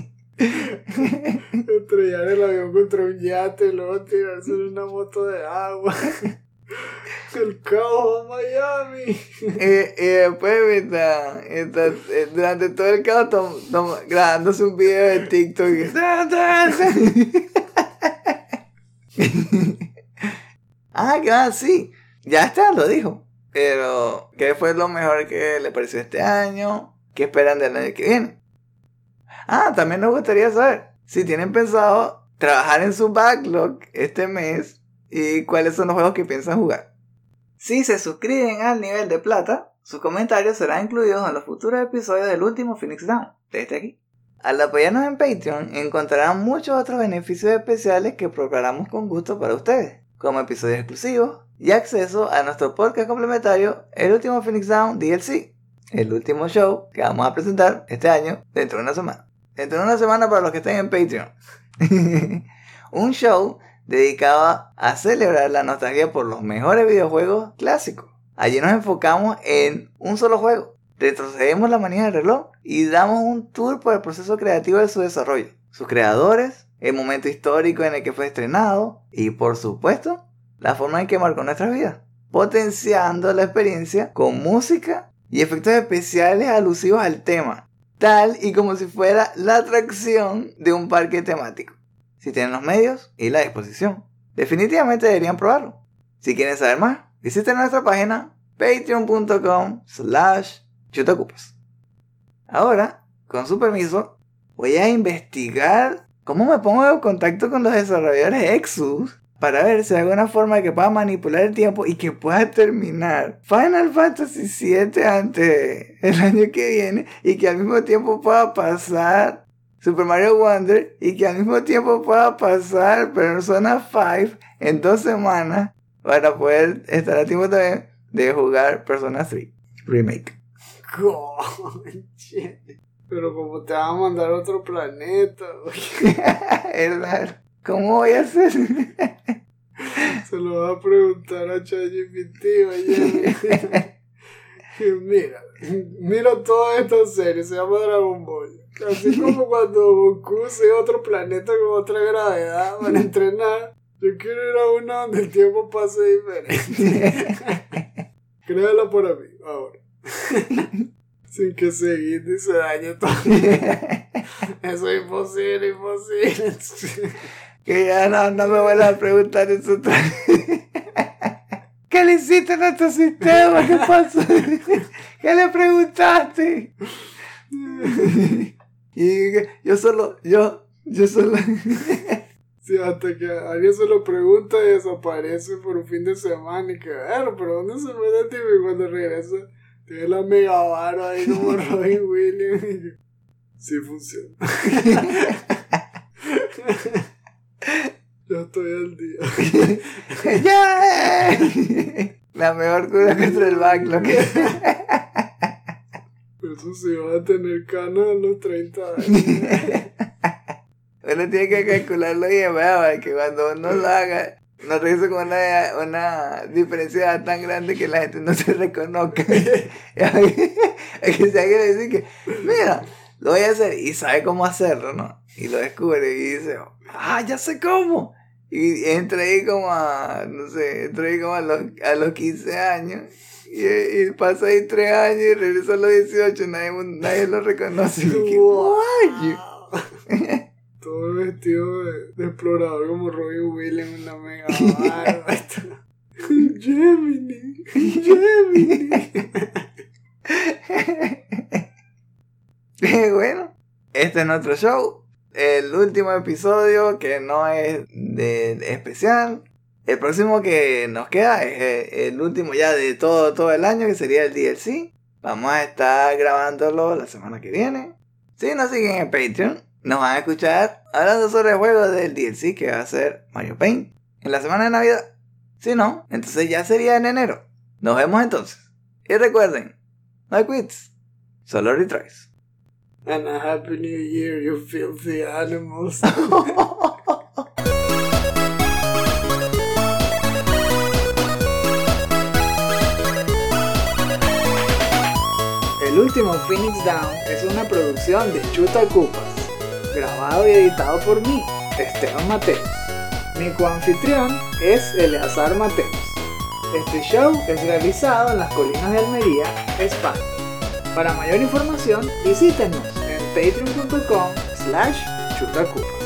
Estrellar el avión contra un yate, luego tirarse en una moto de agua. El caos a Miami. Y, y después mientras, mientras, durante todo el caos tom, tom, grabándose un video de TikTok. Ah, que ah, sí. Ya está, lo dijo. Pero, ¿qué fue lo mejor que le pareció este año? ¿Qué esperan del año que viene? Ah, también nos gustaría saber si tienen pensado trabajar en su backlog este mes y cuáles son los juegos que piensan jugar. Si se suscriben al nivel de plata, sus comentarios serán incluidos en los futuros episodios del último Phoenix Down, desde aquí. Al apoyarnos en Patreon, encontrarán muchos otros beneficios especiales que preparamos con gusto para ustedes, como episodios exclusivos y acceso a nuestro podcast complementario, el último Phoenix Down D L C, el último show que vamos a presentar este año dentro de una semana. Dentro de una semana para los que estén en Patreon. Un show dedicado a celebrar la nostalgia por los mejores videojuegos clásicos. Allí nos enfocamos en un solo juego, retrocedemos la manía del reloj y damos un tour por el proceso creativo de su desarrollo, sus creadores, el momento histórico en el que fue estrenado y, por supuesto, la forma en que marcó nuestras vidas, potenciando la experiencia con música y efectos especiales alusivos al tema, tal y como si fuera la atracción de un parque temático. Si tienen los medios y la disposición, definitivamente deberían probarlo. Si quieren saber más, visiten nuestra página patreon punto com slash chutacupas. Ahora, con su permiso, voy a investigar cómo me pongo en contacto con los desarrolladores de Exodus para ver si hay alguna forma de que pueda manipular el tiempo y que pueda terminar Final Fantasy siete antes del año que viene y que al mismo tiempo pueda pasar Super Mario Wonder y que al mismo tiempo pueda pasar Persona cinco en dos semanas para poder estar a tiempo también de jugar Persona tres Remake. Conche. Pero como te van a mandar a otro planeta, Es raro. ¿Cómo voy a hacer? se lo va a preguntar a ChatGPT, oye. Mira, mira toda esta serie, se llama Dragon Ball. Así como cuando Goku se iba a otro planeta con otra gravedad para entrenar, yo quiero ir a una donde el tiempo pase diferente. Créala por mí, ahora. Sin que se guinde y se dañe todo. Eso es imposible, imposible. Que ya no, no me vuelvas a preguntar eso otra vez. ¿Qué le hiciste a nuestro sistema? ¿Qué pasó? ¿Qué le preguntaste? Y yo solo, yo, yo solo. Sí, hasta que alguien se lo pregunta y desaparece por un fin de semana y que, bueno, pero ¿dónde se mete el tipo? Y cuando regresa, tiene la mega vara ahí como Robin Williams. Y sí funciona. Ya estoy al día. ¡Ya! La mejor cura contra el backlog. Eso sí, va a tener canas a los treinta años. Uno tiene que calcularlo bien, ¿verdad? Que cuando uno lo haga, no regrese con una, una diferencia tan grande que la gente no se reconozca. Es que si alguien le dice que, mira, lo voy a hacer y sabe cómo hacerlo, ¿no? Y lo descubre y dice, ah, ya sé cómo. Y entra ahí como a, no sé, entra ahí como a los, a los quince años. Y, y pasa ahí tres años y regresa a los dieciocho, nadie, nadie lo reconoce. Wow. Todo vestido de, de explorador como Robin Williams en la mega barba. Gemini, Gemini. Bueno, este es nuestro show. El último episodio que no es de, de especial. El próximo que nos queda es el último ya de todo, todo el año, que sería el D L C. Vamos a estar grabándolo la semana que viene. Si nos siguen en Patreon, nos van a escuchar hablando sobre el juego del D L C que va a ser Mario Paint en la semana de Navidad. Si no, entonces ya sería en enero. Nos vemos entonces. Y recuerden, no hay quits, solo retries. And a happy new year, you filthy animals. El último Phoenix Down es una producción de Chuta Cupas, grabado y editado por mí, Esteban Mateos. Mi coanfitrión es Eleazar Mateos. Este show es realizado en las colinas de Almería, España. Para mayor información, visítenos en patreon punto com slash chutacupas.